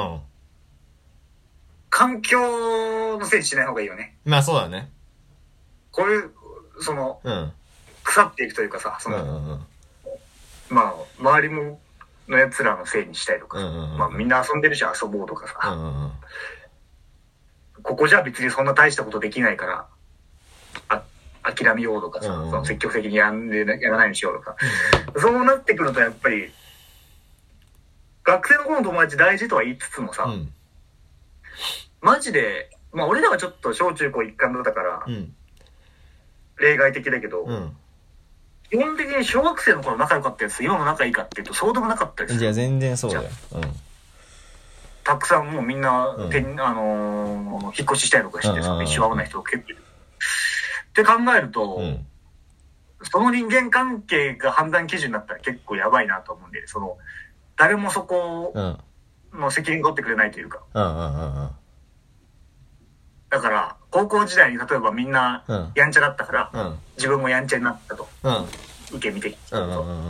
環境のせいにしない方がいいよね。 まあそうだね。 こういう腐っていくというかさ、まあ周りのやつらのせいにしたりとか、まあみんな遊んでるし遊ぼうとかさ、ここじゃ別にそんな大したことできないから諦めようとかさ、積極的にやらないようにしようとか、そうなってくるとやっぱり学生の頃の友達大事とは言いつつもさ、マジでまあ俺らはちょっと小中高一貫だったから、例外的だけど、基本的に小学生の頃仲良かったやつ今も仲いいかっていうとそうでもなかったりする。 いや全然そうだよ。 たくさんもうみんな、引っ越ししたりとかしてさ、一生会わない人が結構いる。って考えると、その人間関係が判断基準になったら結構やばいなと思うんで、誰もそこの責任取ってくれないというか。だから、高校時代に例えばみんなやんちゃだったから、自分もやんちゃになったと。受け身的に。で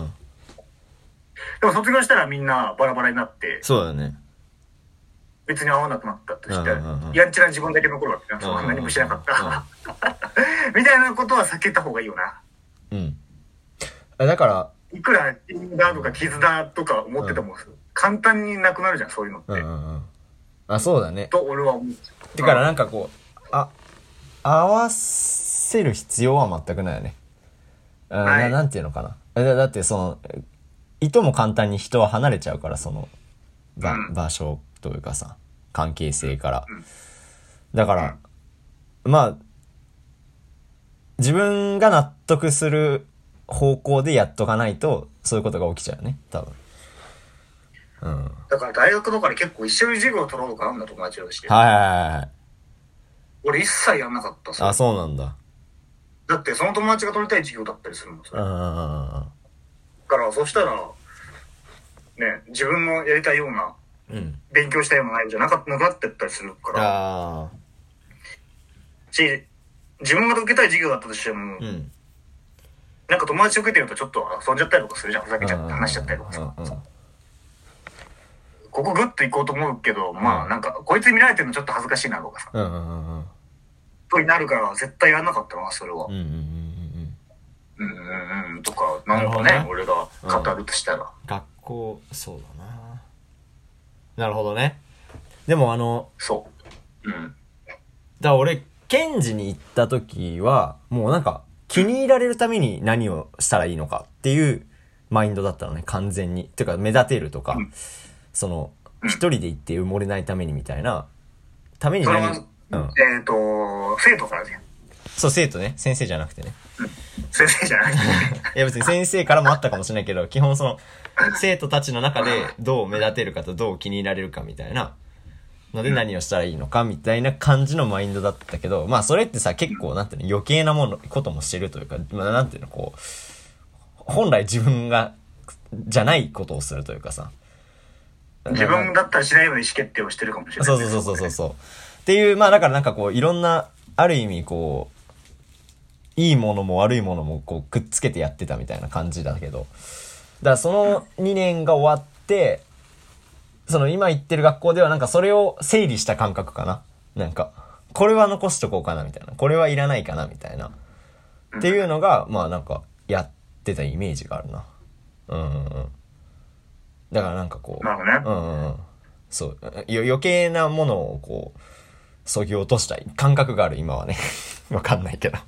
も卒業したらみんなバラバラになって、 そうだね。 別に会わなくなったとして、やんちゃな自分だけ残るわけな。そんな何もしなかった。みたいなことは避けた方がいいよな。だから、 いくら絆とか絆とか思ってても、簡単になくなるじゃん、そういうのって。 そうだね。 と俺は思う。 だからなんかこう、合わせる必要は全くないよね。なんていうのかな。だっていとも簡単に人は離れちゃうから、 場所というかさ、関係性から。だから、まあ、自分が納得する方向でやっとかないと、そういうことが起きちゃうね、多分。うん。 だから大学とかで結構一緒に授業を取ろうとかあんだ、友達として。 はいはいはいはい。 俺一切やんなかったさ。あ、そうなんだ。 だってその友達が取りたい授業だったりするもん、それ。だからそしたら、ね、自分のやりたいような、勉強したような内容じゃなかったったりするから。自分が受けたい授業だったとしても、なんか友達と受けてるとちょっと遊んじゃったりとかするじゃん。ふざけちゃって話しちゃったりとかさ。ここグッと行こうと思うけど、まあなんか、こいつ見られてるのちょっと恥ずかしいなとかさ。とになるから絶対やらなかったな、それは。とか、なんかね、俺が語るとしたら。 学校、そうだな。なるほどね。でもそう。 だから俺、検事に行った時は、もうなんか、気に入られるために何をしたらいいのかっていうマインドだったのね、完全に。てか、目立てるとか、その、一人で行って埋もれないためにみたいな、ために生徒からね。 そう、生徒ね。先生じゃなくてね。 先生じゃなくてね。 いや別に先生からもあったかもしれないけど、基本その、生徒たちの中でどう目立てるかとどう気に入られるかみたいなので何をしたらいいのかみたいな感じのマインドだったけど、まあそれってさ、結構なんていうの、余計なこともしてるというか、まあなんていうの、こう、本来自分が、じゃないことをするというかさ。 自分だったらしないような意思決定をしてるかもしれない。 そう。っていう、まあだからなんかこう、いろんな、ある意味こう、いいものも悪いものもこう、くっつけてやってたみたいな感じだけど、だからその2年が終わって、その今行ってる学校ではなんかそれを整理した感覚かな。なんか、これは残しとこうかなみたいな。これはいらないかなみたいな。っていうのが、まあなんか、やってたイメージがあるな。だからなんかこう、 なるほどね。 そう。余計なものをこう、削ぎ落としたい感覚がある、今はね。わかんないけど。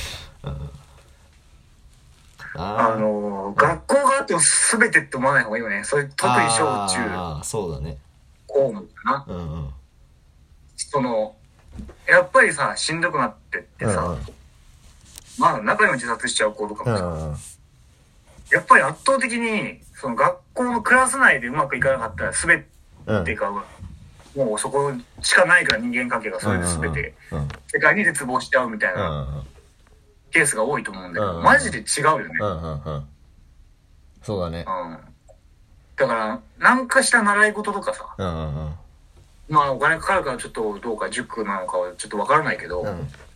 学校があっても全てって思わない方がいいよね。そういう、特に小中。 そうだね。 こう思うかな。その、やっぱりさ、しんどくなってってさ、まあ中にも自殺しちゃう子とかもさ、やっぱり圧倒的に、その学校のクラス内でうまくいかなかったら全てが、もうそこしかないから人間関係がそれで全て、世界に絶望しちゃうみたいなケースが多いと思うんだけど、マジで違うよね。 そうだね。 だから、なんかした習い事とかさ、まあお金かかるからちょっとどうか塾なのかはちょっとわからないけど、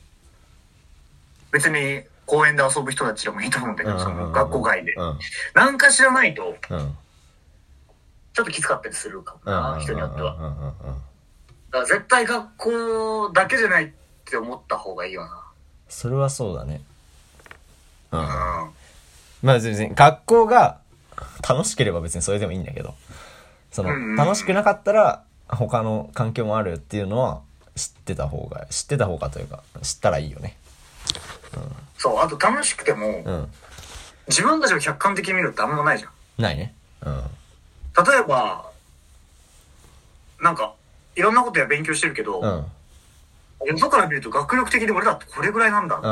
別に公園で遊ぶ人たちでもいいと思うんだけど、その学校外で。なんか知らないと、ちょっときつかったりするかもな、人によっては。だから絶対学校だけじゃないって思った方がいいよな。 それはそうだね。まあ別に学校が楽しければ別にそれでもいいんだけど、その、楽しくなかったら他の環境もあるっていうのは知ってた方がというか、知ったらいいよね。 そう、あと楽しくても、自分たちを客観的に見るってあんまないじゃん。 ないね。例えば、なんか、いろんなことや勉強してるけど、よそから見ると学力的で俺らってこれぐらいなんだ。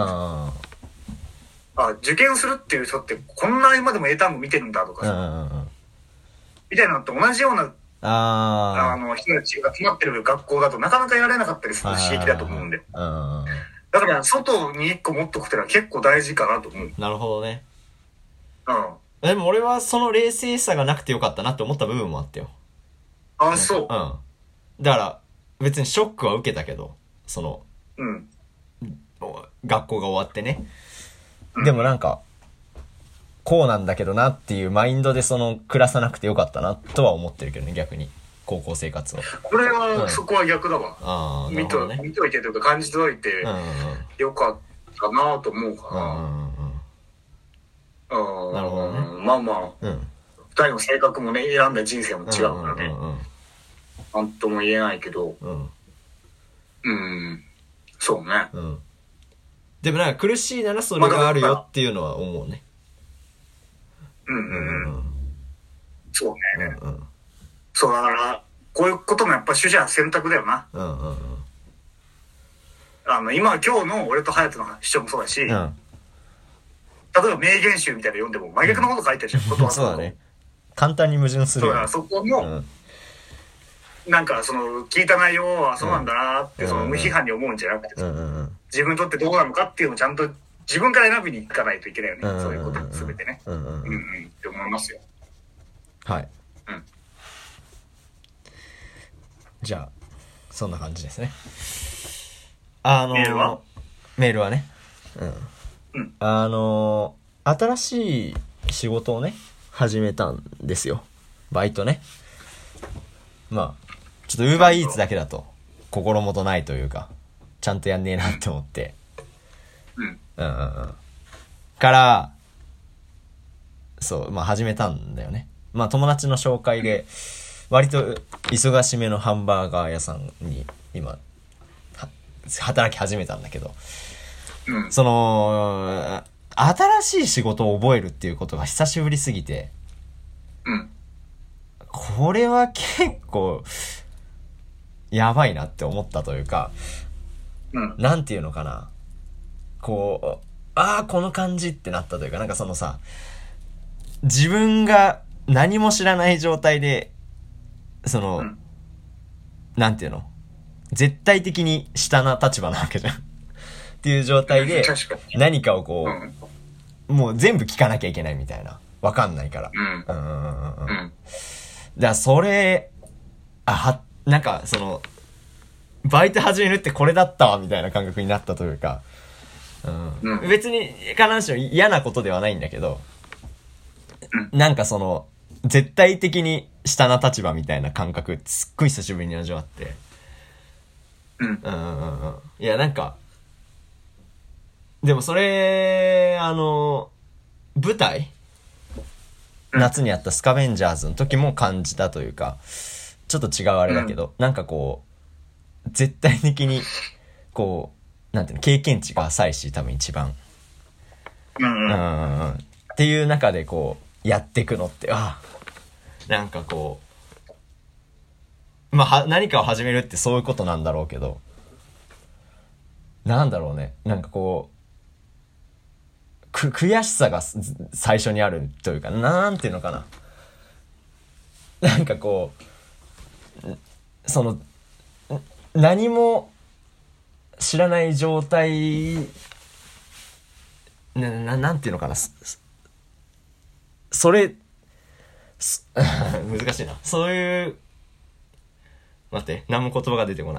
受験するっていう人ってこんな今でも英単語見てるんだとかさ、みたいなのって同じような、人たちが集まってる学校だとなかなかやられなかったりする刺激だと思うんで。だから外に一個持っとくってのは結構大事かなと思う。 なるほどね。でも俺はその冷静さがなくてよかったなって思った部分もあったよ。 そう。 だから別にショックは受けたけど、その、学校が終わってね。でもなんか、こうなんだけどなっていうマインドでその暮らさなくてよかったなとは思ってるけどね、逆に。高校生活を。 これは、そこは逆だわ。見といてというか感じといて、よかったなと思うかな。 なるほどね。 まあまあ、二人の性格もね、選んだ人生も違うからね。なんとも言えないけど、そうね。 でもなんか苦しいならそれがあるよっていうのは思うね。 そうね。 そうだから、こういうこともやっぱ取捨選択だよな。今日の俺と隼人の主張もそうだし、例えば名言集みたいなの読んでも真逆のこと書いてるじゃん、ことは。 そうだね。簡単に矛盾するよ。 そうだ、そこも、なんかその聞いた内容はそうなんだなって、その無批判に思うんじゃなくて、自分にとってどうなのかっていうのをちゃんと自分から選びに行かないといけないよね。そういうことすべてね。って思いますよ。 はい。じゃあそんな感じですね。メールはね。新しい仕事をね始めたんですよ。バイトね。まあちょっと Uber Eats だけだと心もとないというか、ちゃんとやんねえなって思って。からそう、まあ始めたんだよね。まあ友達の紹介で割と忙しめのハンバーガー屋さんに今働き始めたんだけど、その新しい仕事を覚えるっていうことが久しぶりすぎて、これは結構やばいなって思ったというか、なんていうのかな、こうこの感じってなったというか、なんかそのさ、自分が何も知らない状態でその、なんていうの、絶対的に下な立場なわけじゃんっていう状態で何かをこう、もう全部聞かなきゃいけないみたいな、わかんないから、だからそれなんかそのバイト始めるってこれだったわみたいな感覚になったというか、別に必ずしも嫌なことではないんだけど、なんかその絶対的に下な立場みたいな感覚すっごい久しぶりに味わって、いやなんかでもそれ舞台、夏にやったスカベンジャーズの時も感じたというか、ちょっと違うあれだけど、なんかこう絶対的にこうなんていうの、経験値が浅いし多分一番っていう中でこうやっていくのって、なんかこう、まあ何かを始めるってそういうことなんだろうけど、なんだろうね、なんかこう悔しさが最初にあるというか、なんていうのかな、なんかこうその何も知らない状態なんていうのかな、それ難しいな、そういう、待って、何も言葉が出てこない。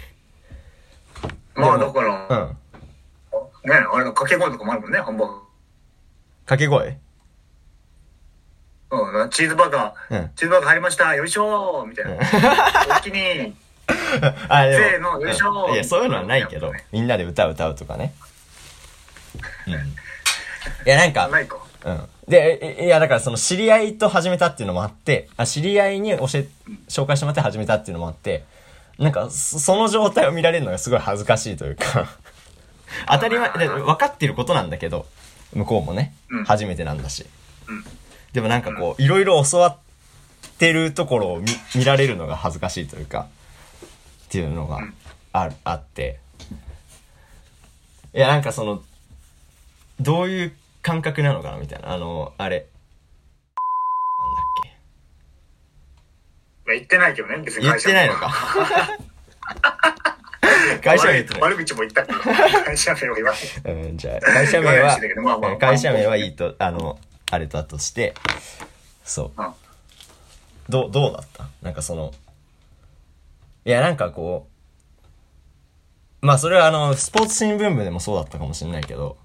まあだからね、あれの掛け声とかもあるもんね、ハンバーガー。 掛け声？ チーズバーガー、チーズバーガー入りました、よいしょーみたいな。お気にせーの、よいしょー。 いや、そういうのはないけど、みんなで歌うとかね。いや、なんか、 ないか。 で、いや、だからその知り合いと始めたっていうのもあって、知り合いに紹介してもらって始めたっていうのもあって、なんか、その状態を見られるのがすごい恥ずかしいというか、当たり前、分かってることなんだけど、向こうもね、初めてなんだし。でもなんかこう、いろいろ教わってるところを見られるのが恥ずかしいというか、っていうのがあって、いや、なんかその、どういう感覚なのかなみたいな、あれなんだっけ、 言ってないけどね、別に会社名は。言ってないのか。会社名言ってない。 悪口も言ったけど、会社名は言わない。 じゃあ、会社名はいいと、あれだとして、そう。どうだった？なんかその、いや、なんかこう、まあそれはスポーツ新聞部でもそうだったかもしれないけど、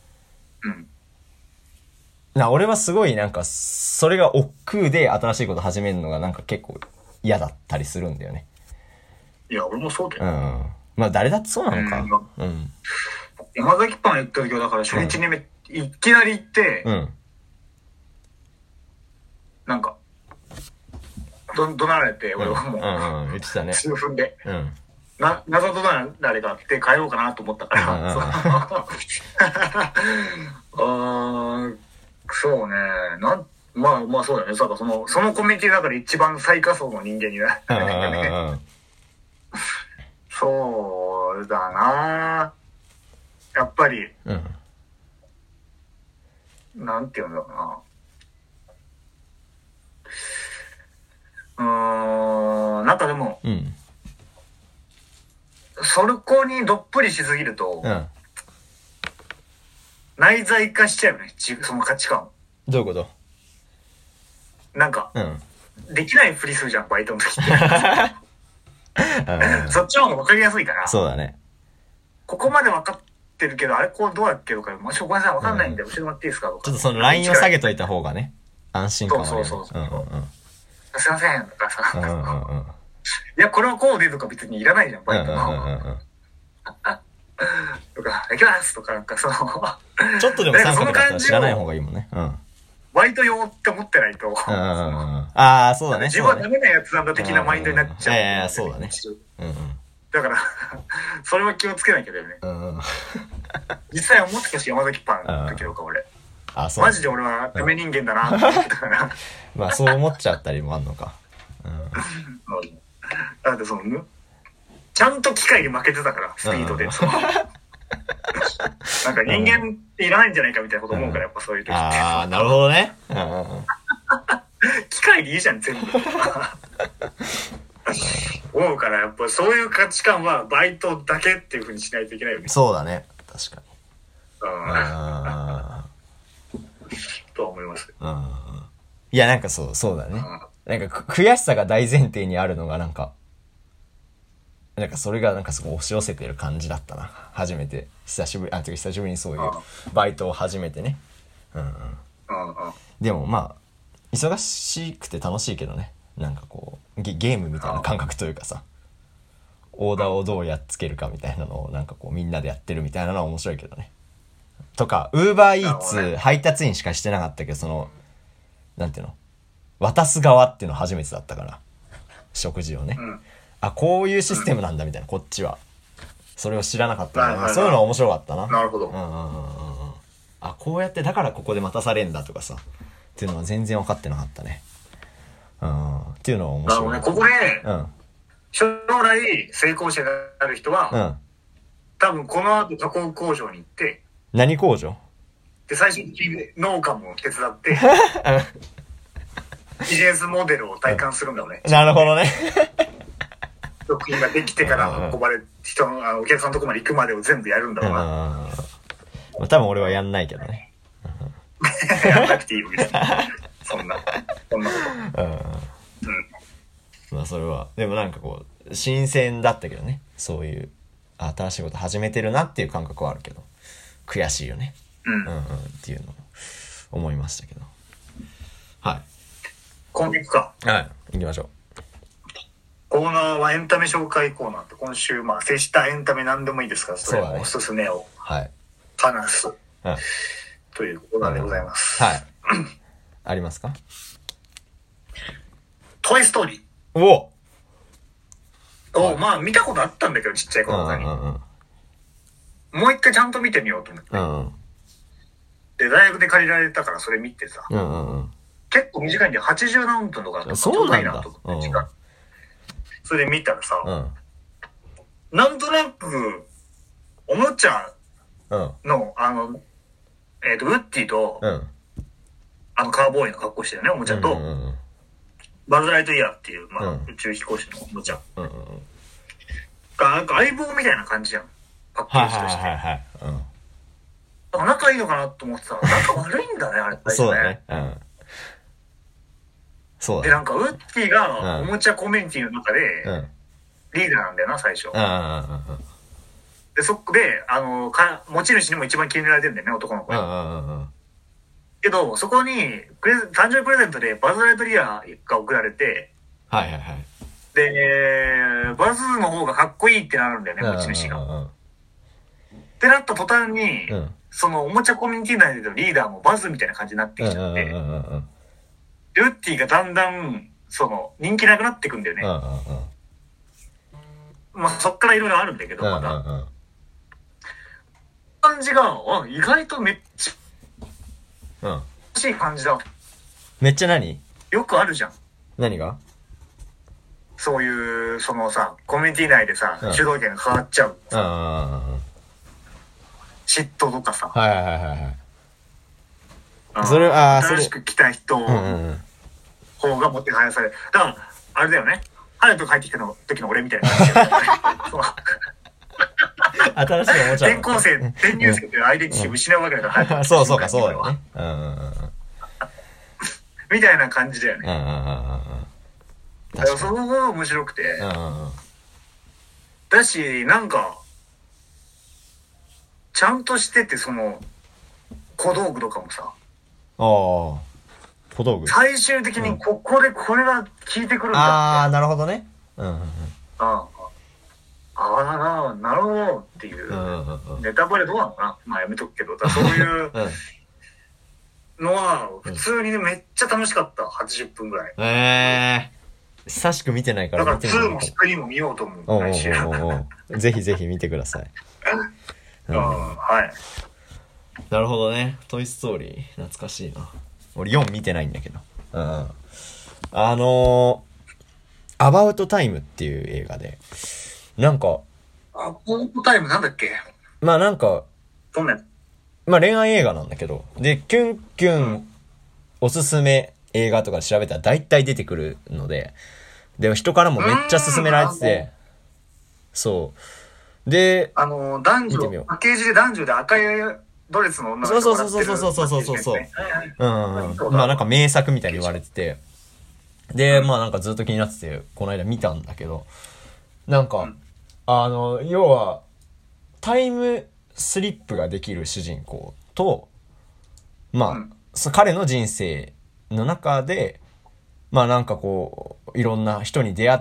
俺はすごいなんか、それが億劫で新しいこと始めるのがなんか結構嫌だったりするんだよね。 いや、俺もそうだよ。 まあ誰だってそうなのか。 山崎パン行った時はだから初日にいきなり行って、なんか、怒鳴られて、俺はもう、 言ってたね。 数分で。謎怒鳴りがあって帰ろうかなと思ったから。そうね。まああそうだね。そのコミュニティの中で一番最下層の人間になる。そうだな。やっぱり、なんていうんだろうな。なんかでも、そこにどっぷりしすぎると、内在化しちゃうよね、その価値観。 どういうこと？ なんか、できないふりするじゃん、バイトの時って。そっちの方が分かりやすいから。 そうだね。 ここまで分かってるけど、あれこうどうやっけとか、もしごめんなさい、分かんないんで教えてもらっていいですかとか。 ちょっとそのラインを下げといた方がね、安心感はあるよね。 そう。すいません、とかさ。いや、これはこうでとか別にいらないじゃん、バイトの。とか、行きますとか、なんかその、 ちょっとでも参加だったら知らない方がいいもんね。 バイト用って思ってないと。 ああ、そうだね。 自分はダメなやつなんだ的なマインドになっちゃう。 いや、そうだね。 だから、それは気をつけなきゃだよね。実際思ってたし、山崎パンの時とか俺。マジで俺はダメ人間だなって思ったから。 まあ、そう思っちゃったりもあんのか。 だってその、ちゃんと機械に負けてたから、スピードで。なんか人間っていらないんじゃないかみたいなこと思うから、やっぱそういう時って。 ああ、なるほどね。 機械でいいじゃん、全部。思うから、やっぱそういう価値観はバイトだけっていう風にしないといけないよね。 そうだね。確かに。 とは思います。 いや、なんかそうだね。なんか悔しさが大前提にあるのがなんかそれがなんかすごい押し寄せてる感じだったな。初めて久しぶりにそういうバイトを始めてね。でもまあ忙しくて楽しいけどね。なんかこうゲームみたいな感覚というかさ、オーダーをどうやっつけるかみたいなのをなんかこうみんなでやってるみたいなのは面白いけどね。とかウーバーイーツ配達員しかしてなかったけど、そのなんていうの、渡す側っていうの初めてだったから、食事をね、こういうシステムなんだみたいな、こっちはそれを知らなかったから、そういうのは面白かったな。 なるほど。 こうやってだからここで待たされんだとかさっていうのは全然分かってなかったね。っていうのは面白い。 なるほどね。ここで、将来成功者になる人は、多分この後加工工場に行って、 何工場？ で最終的に農家も手伝ってビジネスモデルを体感するんだろうね。 なるほどね。 食品ができてから運ばれ人のお客さんのとこまで行くまでを全部やるんだろうな。 多分俺はやんないけどね。 やんなくていいよ別に。そんなこと。 まあそれはでもなんかこう新鮮だったけどね。そういう新しいこと始めてるなっていう感覚はあるけど、悔しいよね。っていうのを思いましたけど。はい。 今月か。 はい。行きましょう。 コーナーはエンタメ紹介コーナーって、今週接したエンタメ何でもいいですから、それのおすすめを話す、というコーナーでございます。 はい。ありますか？ トイストーリー。まあ見たことあったんだけど、ちっちゃい頃とかに。もう一回ちゃんと見てみようと思って。で、大学で借りられたからそれ見てさ。結構短いんで80何分とかだったらそうなんだ。 なと思って、それで見たらさ、なんとなくおもちゃのウッディとカーボーイの格好してるね、おもちゃとバズ・ライトイヤーっていう、宇宙飛行士のおもちゃがなんか相棒みたいな感じじゃん、パッケージとして。仲いいのかなと思ってたら仲悪いんだね、あれ。 そうだね。 で、なんかウッディがおもちゃコミュニティの中でリーダーなんだよな、最初。で、そこで持ち主にも一番気に入られてるんだよね、男の子に。けど、そこに誕生日プレゼントでバズ・ライトイヤーが送られて、で、バズの方がかっこいいってなるんだよね、持ち主が。ってなった途端に、そのおもちゃコミュニティ内でのリーダーもバズみたいな感じになってきちゃって、ウッディがだんだん人気なくなってくんだよね。まあそっからいろいろあるんだけど、まだ感じが意外とめっちゃ欲しい感じだ。 めっちゃ何よくあるじゃん。 何がそういう、そのさ、コミュニティ内でさ、主導権が変わっちゃう。嫉妬とかさ。 はいはいはいはい。 それ、新しく来た人方がもてはやされる。だから、あれだよね。ハヤト帰ってきた時の俺みたいな感じだよね。 新しいおもちゃ。 転校生、転入生っていうアイデンティティ失うわけだから、 そうそうか、そうだよね。 みたいな感じだよね。だからそこが面白くて。だし、なんか、ちゃんとしてて、その、小道具とかもさ。 小道具最終的にここでこれが効いてくるんだって。 なるほどね。 なるほどっていう。ネタバレどうなのかな、まあやめとくけど、そういうのは、普通にね、めっちゃ楽しかった。80分ぐらい。 久しく見てないからだから2も3も見ようと思う。ぜひぜひ見てください。 はい。 なるほどね。トイストーリー、懐かしいな。俺4見てないんだけど。アバウトタイムっていう映画で、なんか、 アバウトタイムなんだっけ？ まあなんか、 どんなやつ？ まあ恋愛映画なんだけど、で、キュンキュンおすすめ映画とか調べたら大体出てくるので、で、人からもめっちゃ勧められてて、そう。で、 男女、パッケージで男女で赤いドレスの女の子がそう。まあなんか名作みたいに言われてて、で、まあなんかずっと気になってて、この間見たんだけど、なんか、要は、タイムスリップができる主人公と、まあ、彼の人生の中で、まあなんかこう、いろんな人に出会って、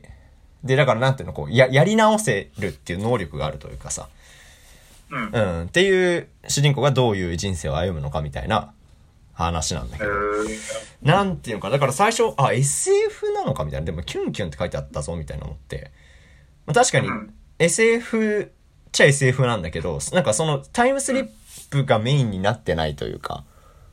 で、だからなんていうの、こう、やり直せるっていう能力があるというかさ、っていう主人公がどういう人生を歩むのかみたいな話なんだけど、なんていうのか、だから最初、SF なのかみたいな、でもキュンキュンって書いてあったぞみたいなのって、確かに SF っちゃ SF なんだけど、なんかそのタイムスリップがメインになってないというか、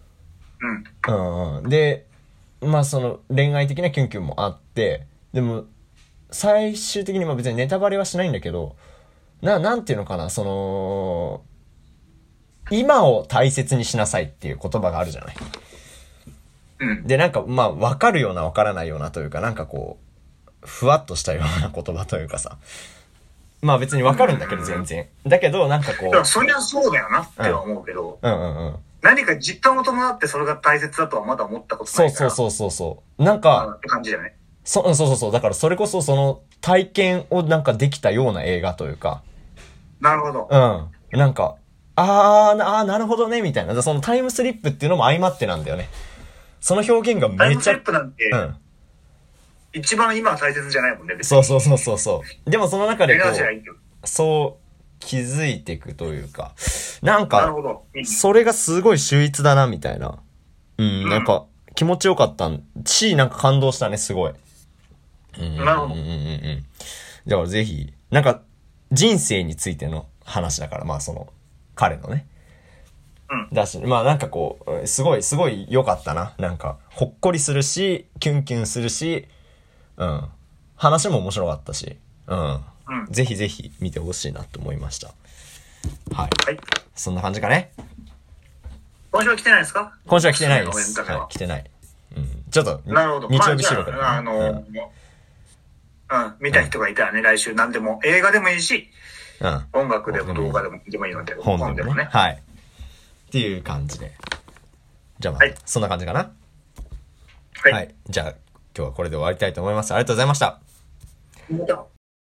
で、まあその恋愛的なキュンキュンもあって、でも最終的にまあ別にネタバレはしないんだけど、なんていうのかな、その、今を大切にしなさいっていう言葉があるじゃない。で、なんかまあ分かるような分からないようなというか、なんかこう、ふわっとしたような言葉というかさ。まあ別に分かるんだけど全然。だけどなんかこう。 そりゃそうだよなっては思うけど。何か実感を伴ってそれが大切だとはまだ思ったことないから。 そう。なんか、 って感じだよね。 そう。だからそれこそその体験をなんかできたような映画というか。 なるほど。 なんか、なるほどね、みたいな。そのタイムスリップっていうのも相まってなんだよね。その表現がめちゃ、 タイムスリップなんて、一番今は大切じゃないもんね、別に。そう。でもその中でこう、 そう気づいていくというか、なんか、それがすごい秀逸だな、みたいな。なんか気持ちよかったし、なんか感動したね、すごい。 なるほど。 だからぜひ、なんか、人生についての話だから、まあその、彼のね。だし、まあなんかこう、すごい良かったな。なんか、ほっこりするし、キュンキュンするし、話も面白かったし、ぜひぜひ見てほしいなと思いました。はい。そんな感じかね。 今週は来てないですか？ 今週は来てないです。来てない。ちょっと、日曜日収録だね。 見た人がいたらね、来週何でも、映画でもいいし、音楽でも動画でもいいので、 本でもね。はい。っていう感じで。じゃあまあ、そんな感じかな。はい。じゃあ、今日はこれで終わりたいと思います。ありがとうございました。